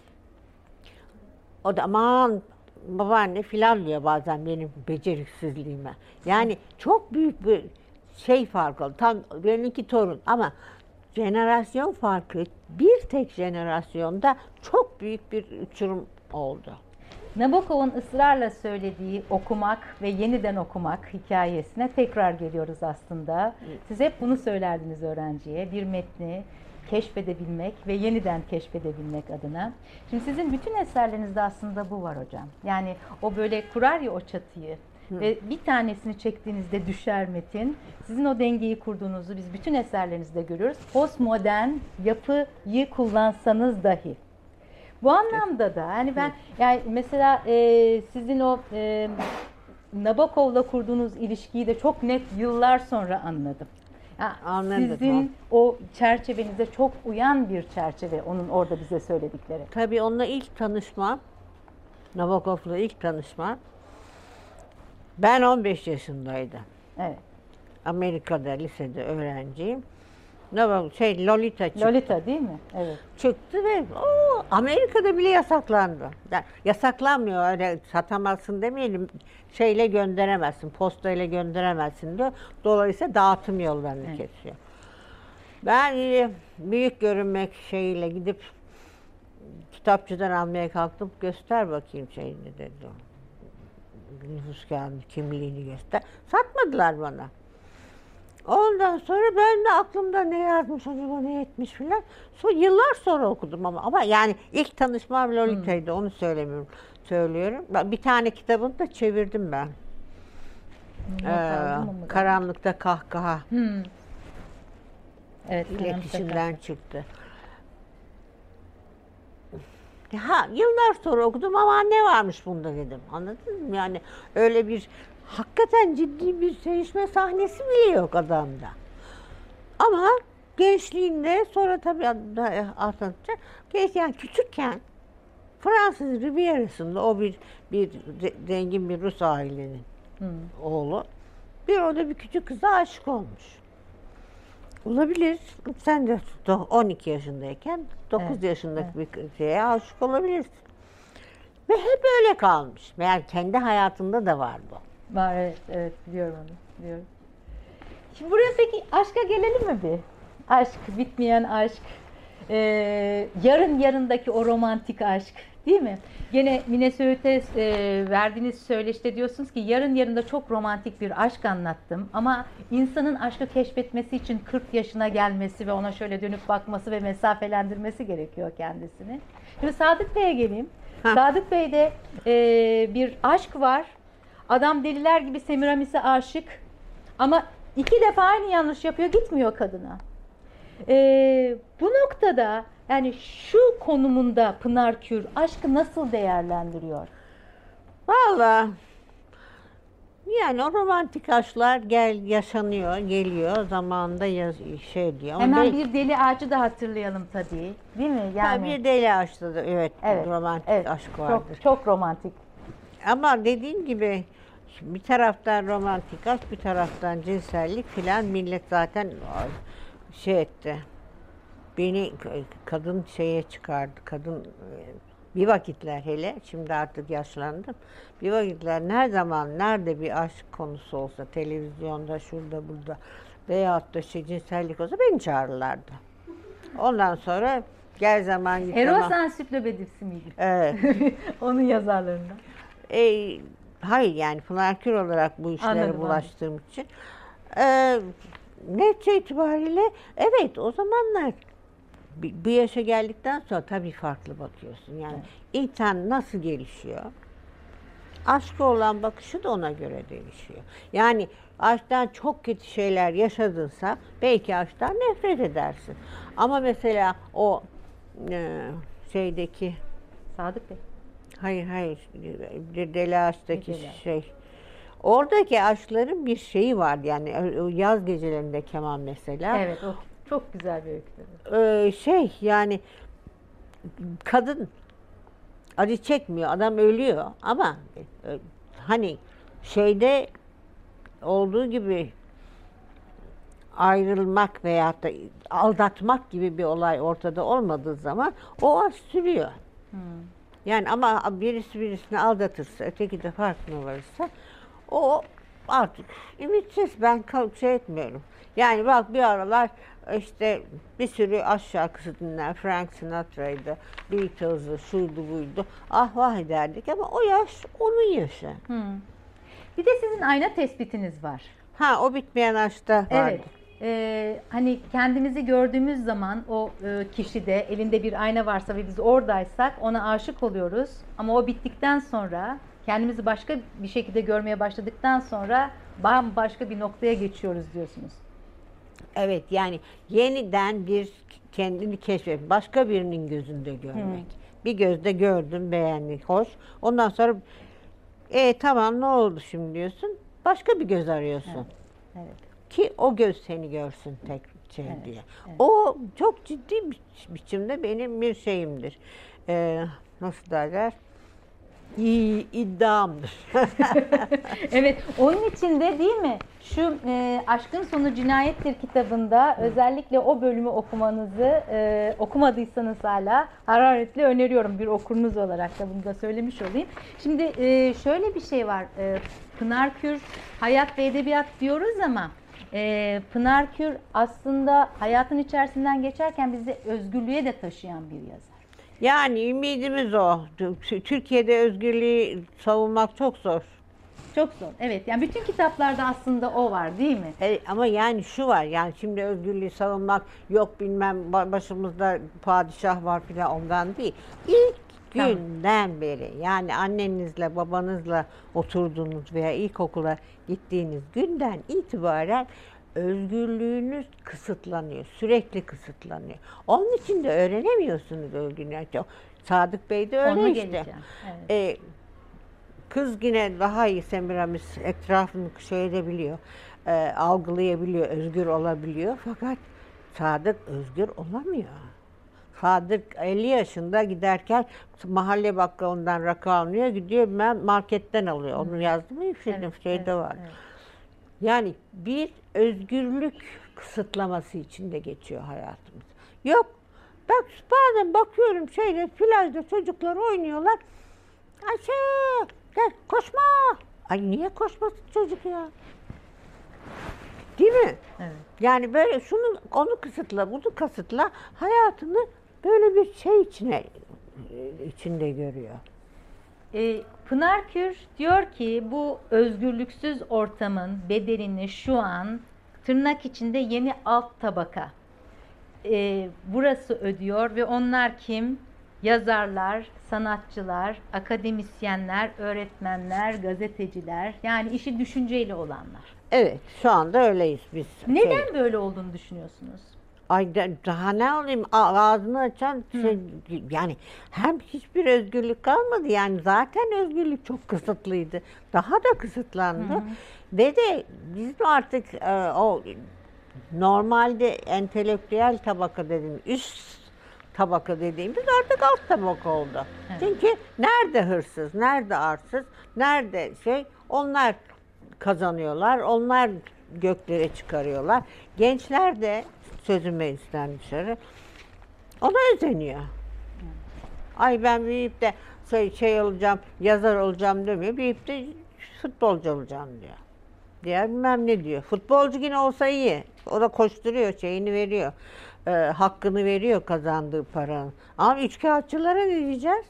O da aman babaanne filan diyor bazen benim beceriksizliğime. Yani çok büyük bir şey farkı oldu. Tam benimki torun ama jenerasyon farkı, bir tek jenerasyonda çok büyük bir uçurum oldu. Nabokov'un ısrarla söylediği okumak ve yeniden okumak hikayesine tekrar geliyoruz aslında. Siz hep bunu söylerdiniz öğrenciye, bir metni keşfedebilmek ve yeniden keşfedebilmek adına. Şimdi sizin bütün eserlerinizde aslında bu var hocam. Yani o böyle kurar ya o çatıyı. Hı. Ve bir tanesini çektiğinizde düşer metin. Sizin o dengeyi kurduğunuzu biz bütün eserlerinizde görüyoruz. Postmodern yapıyı kullansanız dahi. Bu anlamda da yani ben yani mesela e, sizin o e, Nabokov'la kurduğunuz ilişkiyi de çok net yıllar sonra anladım. Yani Anladım. Sizin o çerçevenize çok uyan bir çerçeve onun orada bize söyledikleri. Tabii onunla ilk tanışmam, Nabokov'la ilk tanışmam, ben on beş yaşındaydım. Evet. Amerika'da lisede öğrenciyim. Nabokov şey Lolita çıktı. Lolita değil mi? Evet. Çıktı ve o Amerika'da bile yasaklandı. Yani yasaklanmıyor, öyle satamazsın demeyelim. Şeyle gönderemezsin, postayla gönderemezsin diyor. Dolayısıyla dağıtım yollarını evet. kesiyor. Ben e, büyük görünmek şeyiyle gidip kitapçıdan almaya kalktım. Göster bakayım şeyini dedi. Nüfus kağıdını, kimliğini göster. Satmadılar bana. Ondan sonra ben de aklımda ne yazmış acaba, ne etmiş filan. Sonra yıllar sonra okudum ama ama yani ilk tanışmam Lolita'ydı, onu söylemiyorum. Söylüyorum. Bir tane kitabını da çevirdim ben. Ee, Karanlıkta Kahkaha. Hmm. Evet, İletişimden çıktı. Ha, yıllar sonra okudum ama ne varmış bunda dedim. Anladın mı? Yani öyle bir hakikaten ciddi bir sevişme sahnesi bile yok adamda. Ama gençliğinde sonra tabii anlatacak. Genç yani küçükken Fransız Riviera'sında o bir bir zengin bir Rus ailenin hmm. oğlu. Bir orada bir küçük kıza aşık olmuş. Olabilir. Sen de on iki yaşındayken dokuz evet, yaşındaki evet. bir şeye aşık olabilirsin. Ve hep öyle kalmış. Yani kendi hayatında da var bu. Var, evet, evet biliyorum onu. Biliyorum. Şimdi buraya peki aşka gelelim mi bir? Aşk, bitmeyen aşk. Ee, yarın yarındaki o romantik aşk. Değil mi? Gene Mine Söğüt'e e, verdiğiniz söyleşte diyorsunuz ki yarın yarında çok romantik bir aşk anlattım ama insanın aşkı keşfetmesi için kırk yaşına gelmesi ve ona şöyle dönüp bakması ve mesafelendirmesi gerekiyor kendisini. Şimdi Sadık Bey'e geleyim. Ha. Sadık Bey'de e, bir aşk var. Adam deliler gibi Semiramis'e aşık ama iki defa aynı yanlış yapıyor, gitmiyor kadına. E, bu noktada yani şu konumunda Pınar Kür aşkı nasıl değerlendiriyor? Vallahi yani o romantik aşklar gel yaşanıyor, geliyor zamanında yaz, şey diyor. Hemen belki, bir deli ağacı da hatırlayalım tabii, değil mi? Yani bir deli ağaçta da evet, evet romantik evet, aşk vardır. Çok, çok romantik. Ama dediğim gibi bir taraftan romantik aşk, bir taraftan cinsellik filan millet zaten şey etti. Beni kadın şeye çıkardı, kadın bir vakitler hele, şimdi artık yaşlandım, bir vakitler ne zaman, nerede bir aşk konusu olsa, televizyonda, şurada, burada veyahut da şey, cinsellik olsa beni çağırırlardı. Ondan sonra gel zaman git Eros zaman. Ansiklopedisi miydi? Evet. Onun yazarlarından. E, hayır yani Pınar Kür olarak bu işlere Anladım, bulaştığım abi. için. E, netice itibariyle evet o zamanlar bir yaşa geldikten sonra tabii farklı bakıyorsun. Yani evet. insan nasıl gelişiyor? Aşka olan bakışı da ona göre değişiyor. Yani aşktan çok kötü şeyler yaşadınsa belki aşktan nefret edersin. Ama mesela o e, şeydeki Sadık Bey. Hayır hayır. Deli Ağaç'taki şey. Oradaki aşkların bir şeyi vardı. Yani yaz gecelerinde keman mesela. Evet o çok güzel bir öykü. Ee, şey yani kadın acı çekmiyor, adam ölüyor ama e, hani şeyde olduğu gibi ayrılmak veyahut da aldatmak gibi bir olay ortada olmadığı zaman o aşk sürüyor. Hmm. Yani ama birisi birisini aldatırsa, öteki de farkına varırsa o artık ümitsiz. Ben şey etmiyorum. Yani bak bir aralar işte bir sürü aşk şarkısı dinler. Frank Sinatra'ydı, Beatles'ı, şuydu buydu. Ah vah ederdik ama o yaş onun yaşı. Hmm. Bir de sizin ayna tespitiniz var. Ha o bitmeyen aşkta vardı. Evet. Ee, hani kendimizi gördüğümüz zaman o e, kişide elinde bir ayna varsa ve biz oradaysak ona aşık oluyoruz. Ama o bittikten sonra kendimizi başka bir şekilde görmeye başladıktan sonra bambaşka bir noktaya geçiyoruz diyorsunuz. Evet yani yeniden bir kendini keşfet, başka birinin gözünde görmek. Hmm. Bir gözde gördüm, beğendim, hoş. Ondan sonra e tamam ne oldu şimdi diyorsun. Başka bir göz arıyorsun. Evet. Evet. Ki o göz seni görsün tek şey evet, diye. Evet. O çok ciddi bir biçimde benim bir şeyimdir. Ee, nasıl derler? İyi iddiamdır. Evet, onun için de değil mi? Şu e, Aşkın Sonu Cinayettir kitabında Hı. özellikle o bölümü okumanızı e, okumadıysanız hala hararetle öneriyorum bir okurunuz olarak da bunu da söylemiş olayım. Şimdi e, şöyle bir şey var. E, Pınar Kür hayat ve edebiyat diyoruz ama e, Pınar Kür aslında hayatın içerisinden geçerken bizi özgürlüğe de taşıyan bir yazar. Yani ümidimiz o. Türkiye'de özgürlüğü savunmak çok zor. Çok zor. Evet. Yani bütün kitaplarda aslında o var, değil mi? Evet, ama yani şu var. Yani şimdi özgürlüğü savunmak yok bilmem başımızda padişah var filan ondan değil. İlk tamam. günden beri yani annenizle babanızla oturduğunuz veya ilkokula gittiğiniz günden itibaren özgürlüğünüz kısıtlanıyor. Sürekli kısıtlanıyor. Onun için de öğrenemiyorsunuz özgürlüğü. Sadık Bey de öyle Onu işte. Evet. Ee, kız yine daha iyi Semiramis etrafını şey edebiliyor. E, algılayabiliyor, özgür olabiliyor. Fakat Sadık özgür olamıyor. Sadık elli yaşında giderken mahalle bakkalından rakı almıyor. Gidiyor ben marketten alıyor. Onu yazdım mı? Evet, şeyde evet, var. Evet. Yani bir özgürlük kısıtlaması içinde geçiyor hayatımız. Yok. Bak bazen bakıyorum şeyde plajda çocuklar oynuyorlar. Ayşe gel koşma. Ay niye koşmasın çocuk ya? Değil mi? Evet. Yani böyle şunu onu kısıtla, bunu kısıtla hayatını böyle bir şey içine içinde görüyor. E, Pınar Kür diyor ki bu özgürlüksüz ortamın bedelini şu an tırnak içinde yeni alt tabaka e, burası ödüyor ve onlar kim? Yazarlar, sanatçılar, akademisyenler, öğretmenler, gazeteciler, yani işi düşünceyle olanlar. Evet, şu anda öyleyiz biz. Neden Şey, böyle olduğunu düşünüyorsunuz? ay da- daha ne olayım A- ağzını açan şey, yani hem hiçbir özgürlük kalmadı, yani zaten özgürlük çok kısıtlıydı. Daha da kısıtlandı. Hı hı. Ve de biz artık e, o normalde entelektüel tabaka dediğimiz, üst tabaka dediğimiz artık alt tabaka oldu. Evet. Çünkü nerede hırsız, nerede arsız, nerede şey, onlar kazanıyorlar, onlar göklere çıkarıyorlar. Gençler de sözüm meclisten dışarı ona özeniyor. Ay ben büyüyüp de şey, şey olacağım, yazar olacağım demiyor. Büyüyüp de futbolcu olacağım diyor. Diğer bilmem ne diyor. Futbolcu yine olsa iyi. O da koşturuyor, şeyini veriyor. Ee, hakkını veriyor kazandığı paranın. Ama üçkağıtçılara ne diyeceğiz?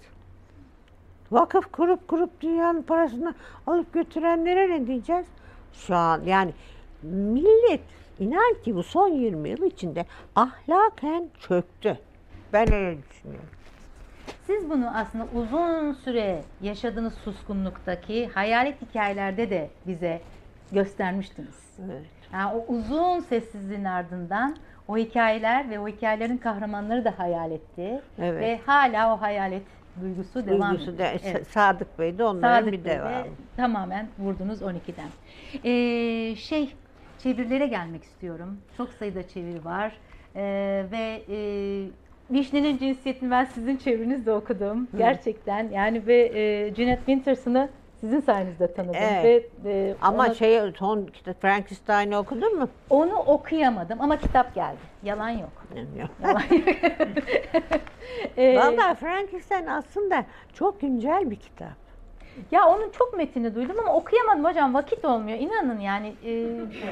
Vakıf kurup kurup dünyanın parasını alıp götürenlere ne diyeceğiz? Şu an yani millet inan ki bu son yirmi yıl içinde ahlaken çöktü. Ben öyle düşünüyorum. Siz bunu aslında uzun süre yaşadığınız suskunluktaki hayalet hikayelerde de bize göstermiştiniz. Evet. Yani o uzun sessizliğin ardından o hikayeler ve o hikayelerin kahramanları da hayaletti. Evet. Ve hala o hayalet duygusu devam Duygusu ediyor. da, Evet. Sadık Bey de onların Sadık bir Bey de devamı. tamamen vurdunuz on ikiden. Ee, şey, çevirilere gelmek istiyorum. Çok sayıda çeviri var. Ee, ve e, Vişne'nin Cinsiyetini ben sizin çevirinizde okudum. Hı. Gerçekten yani ve e, Jeanette Winters'ını sizin sayenizde tanıdım. Evet. Ve, e, Ama ona, şey son kitap Frankenstein'i okudun mu? onu okuyamadım ama kitap geldi. Yalan yok. Bilmiyorum. Yalan yok. Ee, Vallahi Frankenstein aslında çok güncel bir kitap. Ya onun çok metini duydum ama okuyamadım hocam, vakit olmuyor. İnanın yani. E...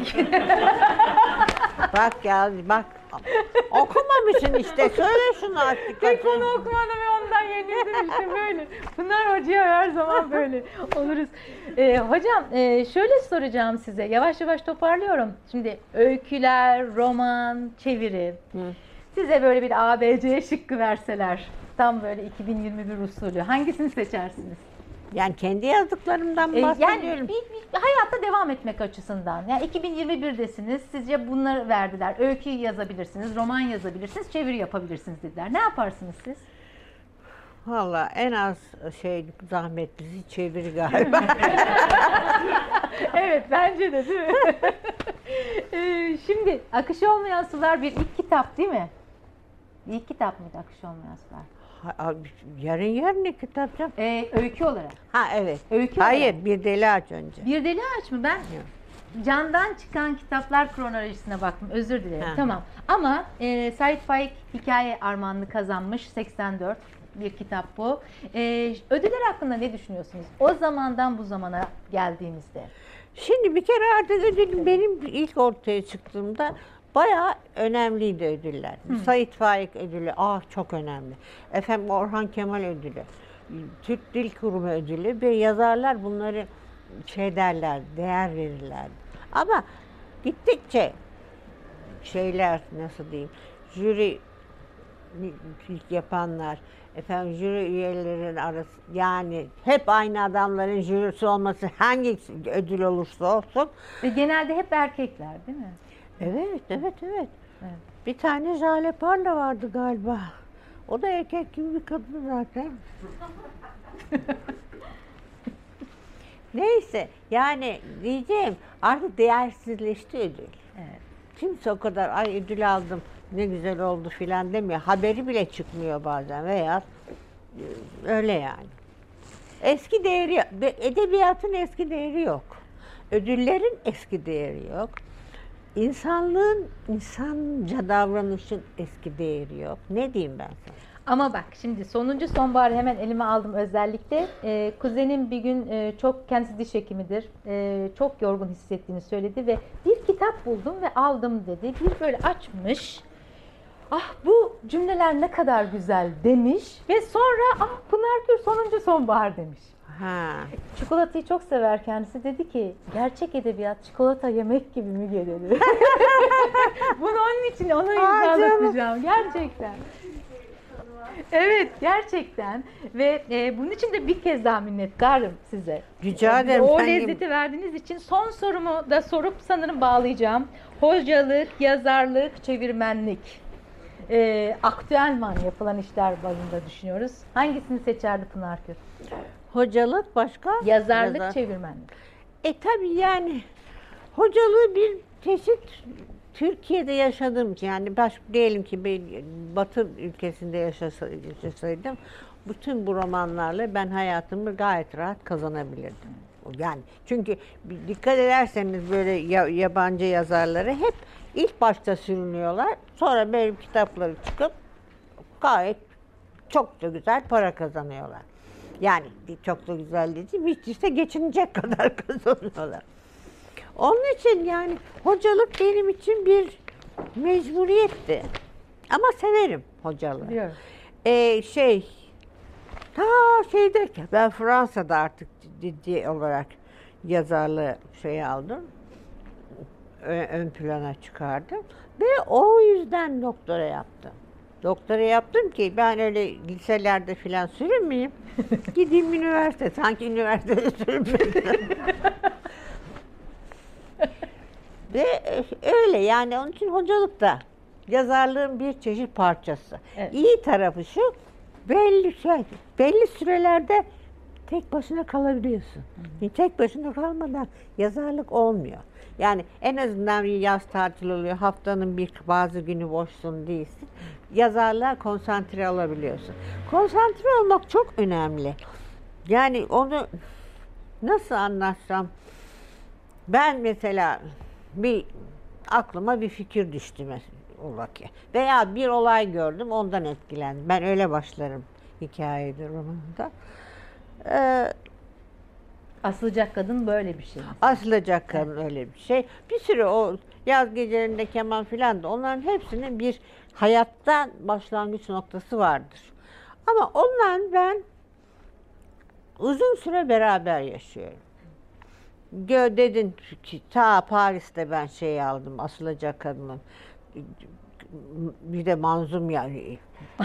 Bak ya bak okumamışsın işte, söyle şunu artık. Tek onu okumadım ve ondan yenildim işte böyle. Pınar Hoca'ya her zaman böyle oluruz. Ee, hocam e, şöyle soracağım size. Yavaş yavaş toparlıyorum. Şimdi öyküler, roman, çeviri. Hı. Size böyle bir A B C şıkkı verseler. Tam böyle iki bin yirmi bir usulü. Hangisini seçersiniz? Yani kendi yazdıklarımdan Ee, bahsediyorum. yani bir, bir hayatta devam etmek açısından. Yani iki bin yirmi birdesiniz. Sizce bunları verdiler. Öykü yazabilirsiniz, roman yazabilirsiniz, çeviri yapabilirsiniz dediler. Ne yaparsınız siz? Vallahi en az şey zahmetlisi çeviri galiba. Evet, bence de değil mi? ee, şimdi Akışı Olmayan Sular bir ilk kitap değil mi? İlk kitap mıydı Akışı Olmayan Sular? Ha, yarın yarın ne kitap canım? Ee, öykü olarak. Ha evet. Öykü Hayır, olarak. bir deli aç önce. Bir Deli Ağaç mı? Ben Candan çıkan kitaplar kronolojisine baktım. Özür dilerim. Ha. Tamam. Ama e, Sait Faik hikaye armağanını kazanmış. seksen dört bir kitap bu. E, ödüller hakkında ne düşünüyorsunuz? O zamandan bu zamana geldiğimizde. Şimdi bir kere artık ödülüm benim ilk ortaya çıktığımda bayağı önemliydi ödüller. Sait Faik ödülü, ah çok önemli. Efendim Orhan Kemal ödülü, Türk Dil Kurumu ödülü ve yazarlar bunları şey derler, değer verirler. Ama gittikçe şeyler nasıl diyeyim, jüri yapanlar, efendim jüri üyelerinin arası, yani hep aynı adamların jürisi olması, hangi ödül olursa olsun. Ve genelde hep erkekler değil mi? Evet, evet, evet. Evet. Bir tane Jale Parla vardı galiba. O da erkek gibi bir kadın zaten. Neyse, yani diyeceğim artık değersizleşti ödül. Evet. Kimse o kadar ay ödül aldım ne güzel oldu filan demiyor. Haberi bile çıkmıyor bazen veya öyle yani. Eski değeri, edebiyatın eski değeri yok. Ödüllerin eski değeri yok. İnsanlığın, insanca davranışın eski değeri yok. Ne diyeyim ben sana? Ama bak şimdi sonuncu sonbaharı hemen elime aldım özellikle. Ee, kuzenim bir gün e, çok kendisi diş hekimidir. E, çok yorgun hissettiğini söyledi ve bir kitap buldum ve aldım dedi. Bir böyle açmış. Ah bu cümleler ne kadar güzel demiş ve sonra ah Pınar Kür sonuncu sonbahar demiş. Ha. Çikolatayı çok sever kendisi. Dedi ki gerçek edebiyat çikolata yemek gibi mi gelir? Bunu onun için ona imzalatacağım gerçekten. Evet gerçekten ve e, bunun için de bir kez daha minnettarım size. Rica ederim. O Sen lezzeti gibi- verdiğiniz için son sorumu da sorup sanırım bağlayacağım. Hocalık, yazarlık, çevirmenlik. E, aktüelman yapılan işler bazında düşünüyoruz. Hangisini seçerdi Pınar Kür? Hocalık başka? Yazarlık, Yazar. çevirmenlik. E tabii yani hocalığı bir çeşit Türkiye'de yaşadığım için yani baş, diyelim ki ben Batı ülkesinde yaşasa, yaşasaydım bütün bu romanlarla ben hayatımı gayet rahat kazanabilirdim. Yani çünkü dikkat ederseniz böyle ya, yabancı yazarları hep ilk başta sürünüyorlar. Sonra benim kitapları çıkıp gayet çok da güzel para kazanıyorlar. Yani çok da güzel değil, hiç işte geçinecek kadar kazanıyorlar. Onun için yani hocalık benim için bir mecburiyetti. Ama severim hocalığı. Biliyorum. Ee, şey, ta şeydeyken ben Fransa'da artık ciddi olarak yazarlığı şey aldım. Ön, ön plana çıkardım. Ve o yüzden doktora yaptım. Doktora yaptım ki ben öyle liselerde filan sürünmeyeyim. Gideyim üniversite. Sanki üniversitede sürünmeyeyim. Ve öyle yani onun için hocalık da yazarlığın bir çeşit parçası. Evet. İyi tarafı şu, belli şey, belli sürelerde tek başına kalabiliyorsun. Hı. Tek başına kalmadan yazarlık olmuyor. Yani en azından bir yaz tatil oluyor, haftanın bir bazı günü boşsun değilsin. Yazarlığa konsantre olabiliyorsun. Konsantre olmak çok önemli. Yani onu nasıl anlatsam, ben mesela bir aklıma bir fikir düştü mesela ki veya bir olay gördüm ondan etkilendim. Ben öyle başlarım hikayedir romanında. Ee, Asılacak kadın böyle bir şey. Asılacak kadın öyle bir şey. Bir sürü o yaz gecelerinde keman filan da onların hepsinin bir hayattan başlangıç noktası vardır. Ama ondan ben uzun süre beraber yaşıyorum. Gö dedin ki ta Paris'te ben şey aldım, Asılacak Kadın'ın bir de manzum yani.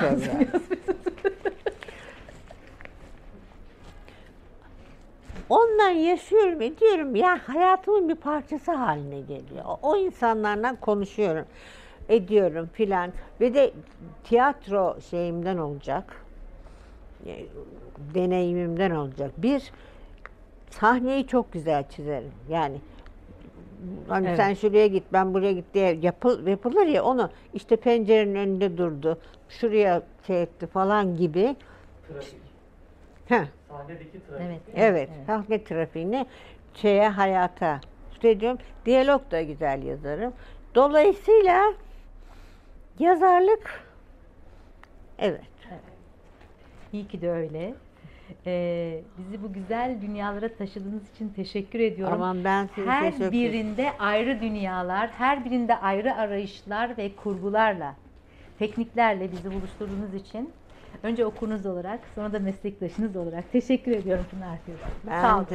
Ondan yaşıyorum, ediyorum ya hayatımın bir parçası haline geliyor. O, o insanlarla konuşuyorum, ediyorum filan ve de tiyatro şeyimden olacak, deneyimimden olacak. Bir, sahneyi çok güzel çizerim. Yani hani evet. Sen şuraya git, ben buraya git diye yapıl, yapılır ya onu işte pencerenin önünde durdu, şuraya şey etti falan gibi. Trafik. Heh. Sahnedeki trafik. Evet. Evet, evet. Sahne trafiğini şeye hayata. İşte diyorum, diyalog da güzel yazarım. Dolayısıyla yazarlık evet. Evet. İyi ki de öyle. Ee, bizi bu güzel dünyalara taşıdığınız için teşekkür ediyorum. Aman ben size her teşekkür ederim. birinde ayrı dünyalar, her birinde ayrı arayışlar ve kurgularla, tekniklerle bizi buluşturduğunuz için önce okurunuz olarak, sonra da meslektaşınız olarak teşekkür ediyorum Pınar Kür. Sağ olun. De.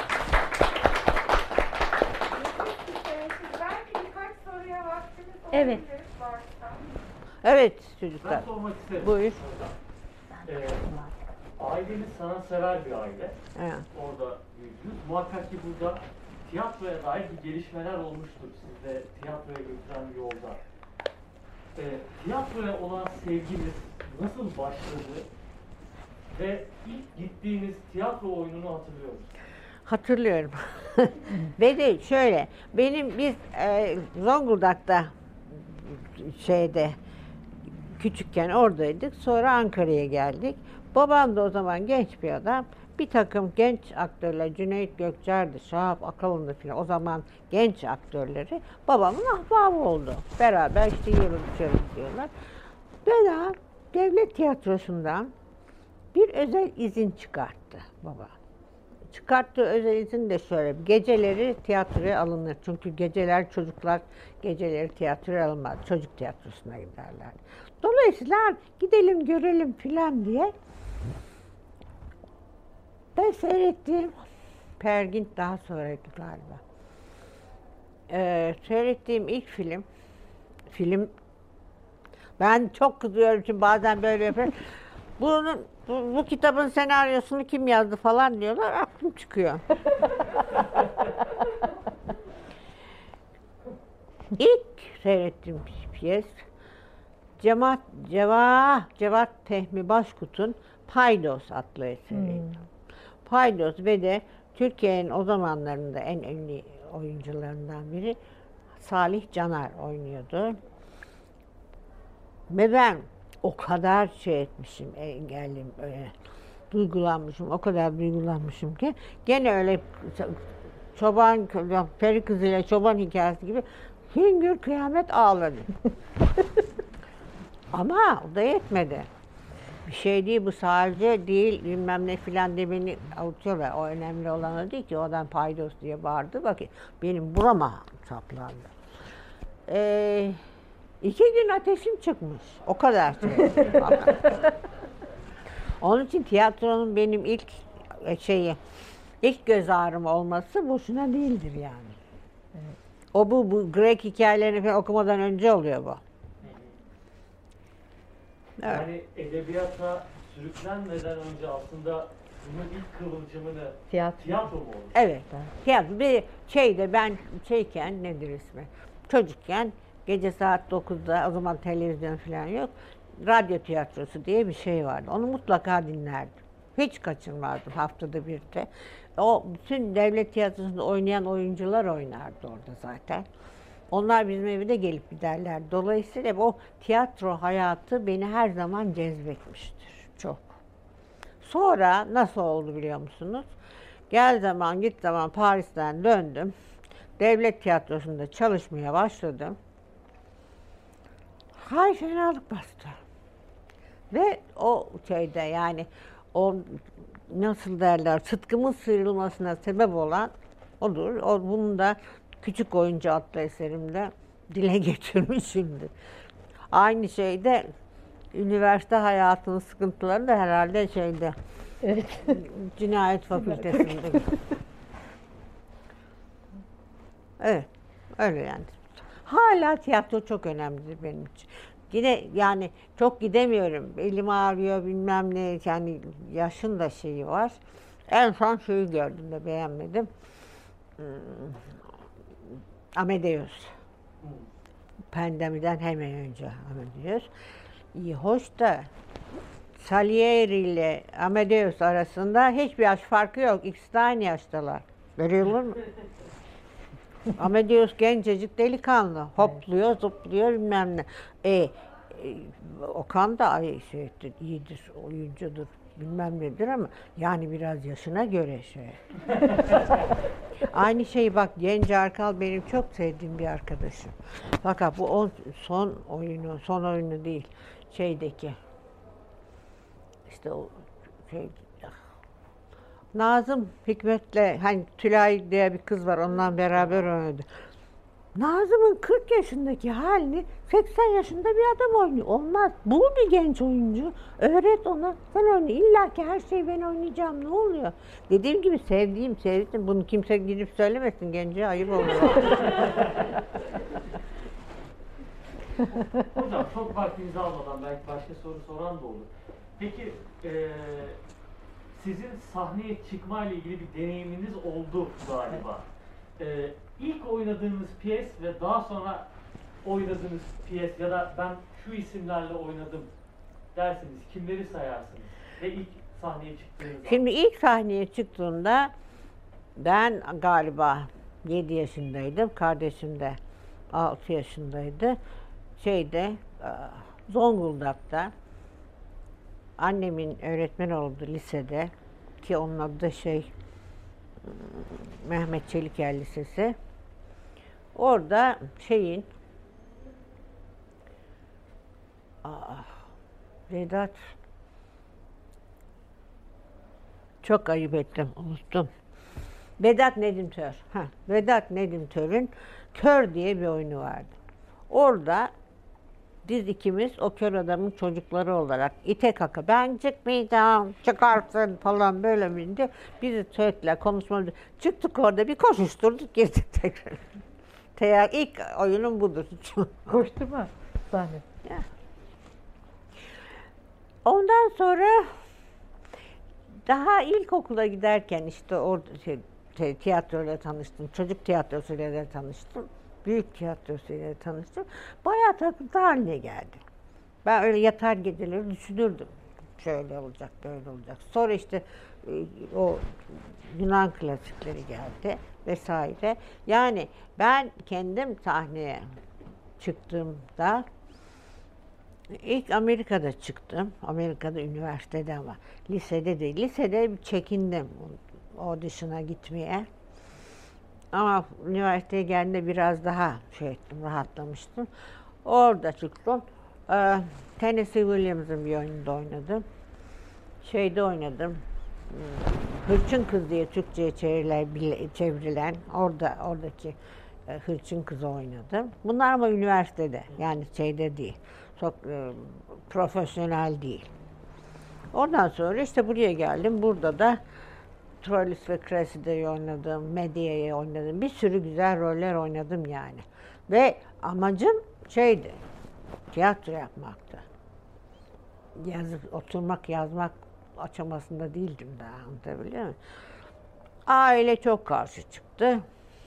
Belki birkaç soruya vaktimiz olabilir Evet. varsa. Evet Ben çocuklar. sormak isterim. Buyur. Ee, aileniz sanatsever bir aile. Evet. Orada büyüdünüz. Muhakkak ki burada tiyatroya dair bir gelişmeler olmuştur sizi tiyatroya götüren bir yolda. Ee, tiyatroya olan sevginiz nasıl başladı? Ve ilk gittiğiniz tiyatro oyununu hatırlıyor musunuz? Hatırlıyorum. Ve de şöyle, benim biz e, Zonguldak'ta şeyde küçükken oradaydık. Sonra Ankara'ya geldik. Babam da o zaman genç bir adam. bir takım genç aktörler, Cüneyt Gökçer'di, Şahap Akalın'dı filan, o zaman genç aktörleri babamın ahbabı oldu. Beraber işte yiyoruz, içiyoruz diyorlar. Dönem devlet tiyatrosundan bir özel izin çıkarttı baba. Çıkarttığı özel izin de şöyle, geceleri tiyatroya alınır. Çünkü geceler çocuklar geceleri tiyatroya alınmaz, çocuk tiyatrosuna giderler. Dolayısıyla gidelim görelim filan diye ben seyrettiğim Pergin daha sonraki galiba. Ee, seyrettiğim ilk film, film ben çok kızıyorum için bazen böyle yapıyorum. Bunun, bu, bu kitabın senaryosunu kim yazdı falan diyorlar, aklım çıkıyor. İlk seyrettiğim piyes Cevat, Ceva, Cevat Fehmi Başkut'un Paydos adlı eseriydi. Hmm. Paydos ve de Türkiye'nin o zamanlarında en ünlü oyuncularından biri Salih Caner oynuyordu. Ve ben o kadar şey etmişim, engelliyim, öyle duygulanmışım, o kadar duygulanmışım ki gene öyle çoban, peri kızıyla çoban hikayesi gibi hüngür kıyamet ağladım. Ama o da yetmedi. Bir şey değil, bu sadece değil, bilmem ne filan diye beni avutuyorlar. O önemli olan o değil ki, o adam Paydos diye bağırdı. Bakın benim burama saplandı. Ee, iki gün ateşim çıkmış. O kadar şey. Onun için tiyatronun benim ilk şeyi, ilk göz ağrım olması boşuna değildir yani. Evet. O bu, bu Grek hikayelerini falan okumadan önce oluyor bu. Evet. Yani edebiyata sürüklenmeden önce aslında bunun ilk kıvılcımını tiyatro, tiyatro mu oldu? Evet. Tiyatro. Bir şeyde ben şeyken, nedir ismi? Çocukken gece saat dokuzda, o zaman televizyon falan yok, radyo tiyatrosu diye bir şey vardı. Onu mutlaka dinlerdim. Hiç kaçırmazdım haftada bir de. O bütün devlet tiyatrosunda oynayan oyuncular oynardı orada zaten. Onlar bizim evde gelip giderler. Dolayısıyla o tiyatro hayatı beni her zaman cezbetmiştir. Çok. Sonra nasıl oldu biliyor musunuz? Gel zaman git zaman Paris'ten döndüm. Devlet tiyatrosunda çalışmaya başladım. Hay fenalık bastı. Ve o şeyde yani o nasıl derler, sıtkımın sıyrılmasına sebep olan odur. O, bunu da Küçük Oyuncu adlı eserimde dile getirmişimdir. Aynı şeyde üniversite hayatının sıkıntıları da herhalde şeyde, evet. Cinayet Fakültesi'nde. Evet, öyle yani. Hala tiyatro çok önemlidir benim için. Yine yani çok gidemiyorum, elim ağrıyor bilmem ne, yani yaşın da şeyi var. En son şeyi gördüm de beğenmedim. Hmm. Amadeus. Pandemiden hemen önce Amadeus. İyi, hoş da Salieri ile Amadeus arasında hiçbir yaş farkı yok. İkisi de aynı yaştalar. Böyle olur mu? Amadeus gencecik delikanlı. Hopluyor, zıplıyor bilmem ne. E, e, Okan da ay şeydir, iyidir, oyuncudur, bilmem nedir ama yani biraz yaşına göre şey. Aynı şey bak, Genç Arkal benim çok sevdiğim bir arkadaşım. Fakat bu on, son oyunu, son oyunu değil, şeydeki, işte o şey, Nazım Hikmet'le, hani Tülay diye bir kız var, ondan beraber oynadı. Nazım'ın kırk yaşındaki halini seksen yaşında bir adam oynuyor. Olmaz. Bul bir genç oyuncu. Öğret ona. Sen oyna. İlla ki her şeyi ben oynayacağım. Ne oluyor? Dediğim gibi sevdiğim, sevdim. Bunu kimse gidip söylemesin. Gence ayıp oluyor. Hocam çok vaktinizi almadan belki başka soru soran da olur. Peki ee, sizin sahneye çıkma ile ilgili bir deneyiminiz oldu galiba. Ee, ilk oynadığınız piyes ve daha sonra oynadığınız piyes ya da ben şu isimlerle oynadım dersiniz, kimleri sayarsınız? Ve ilk sahneye çıktığınız Şimdi an. ilk sahneye çıktığımda ben galiba yedi yaşındaydım, kardeşim de altı yaşındaydı. Şeyde, Zonguldak'ta annemin öğretmen olduğu lisede ki onun adı da şey Mehmet Çeliker Lisesi. Orada şeyin aa, Vedat çok ayıp ettim, unuttum. Vedat Nedim Tör. Ha, Vedat Nedim Tör'ün Kör diye bir oyunu vardı. Orada biz ikimiz o kör adamın çocukları olarak ite kaka ben çıkmayacağım, çıkarsın falan böyle miydi? Bizi söylediler, konuşmadı. Çıktık orada bir koşuşturduk girdik tekrar. Teyak ilk oyunum budur. Koştu mu sahne? Ya. Ondan sonra daha ilkokula giderken işte orada şey, şey, tiyatroyla tanıştım. Çocuk tiyatrosuyla da tanıştım. Büyük tiyatrosuyla tanıştım. Bayağı takıntı haline geldi. Ben öyle yatar geceleri düşünürdüm. Şöyle olacak, böyle olacak. Sonra işte o Yunan klasikleri geldi vesaire. Yani ben kendim sahneye çıktığımda ilk Amerika'da çıktım. Amerika'da üniversitede ama lisede değil. Lisede bir çekindim audition'a gitmeye. Ama üniversiteye geldiğinde biraz daha şey ettim, rahatlamıştım. Orada çıktım. Ee, Tennessee Williams'ın bir oyununda oynadım. Şeyde oynadım. Hırçın Kız diye Türkçe'ye çevrilen, çevrilen orada oradaki e, Hırçın Kız'ı oynadım. Bunlar ama üniversitede, yani şeyde değil. Çok e, profesyonel değil. Ondan sonra işte buraya geldim. Burada da Troilus ve Cressidy'yi oynadım, Medea'yı oynadım. Bir sürü güzel roller oynadım yani. Ve amacım şeydi, tiyatro yapmaktı. Yazıp, oturmak, yazmak aşamasında değildim daha, anlatabiliyor muyum? Aile çok karşı çıktı.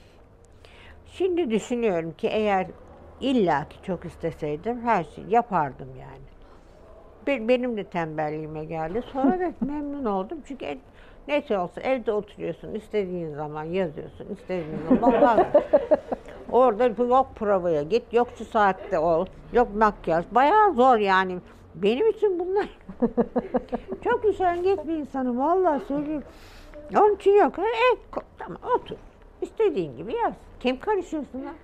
Şimdi düşünüyorum ki eğer illaki çok isteseydim her şeyi yapardım yani. Benim de tembelliğime geldi. Sonra da memnun oldum çünkü neyse olsa evde oturuyorsun, istediğin zaman yazıyorsun, istediğin zaman orada yok provaya git, yok şu saatte ol, yok makyaj. Bayağı zor yani. Benim için bunlar çok üşengeç bir insanım, vallahi söyleyeyim. Onun için yok. Evet, tamam otur. İstediğin gibi yaz. Kim karışıyorsun lan?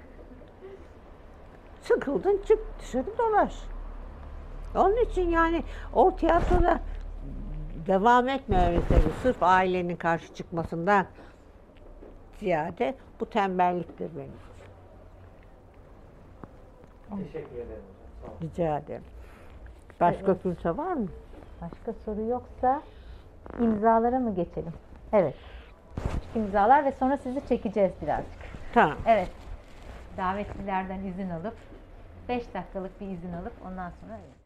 Sıkıldın, çık dışarı dolaş. Onun için yani o tiyatroda devam etmemesi, sırf ailenin karşı çıkmasından ziyade bu tembelliktir benim. Teşekkür ederim hocam. Sağ olun. Rica ederim. Başka kimse var mı? Başka soru yoksa imzalara mı geçelim? Evet. İmzalar ve sonra sizi çekeceğiz birazcık. Tamam. Evet. Davetlilerden izin alıp beş dakikalık bir izin alıp ondan sonra evet.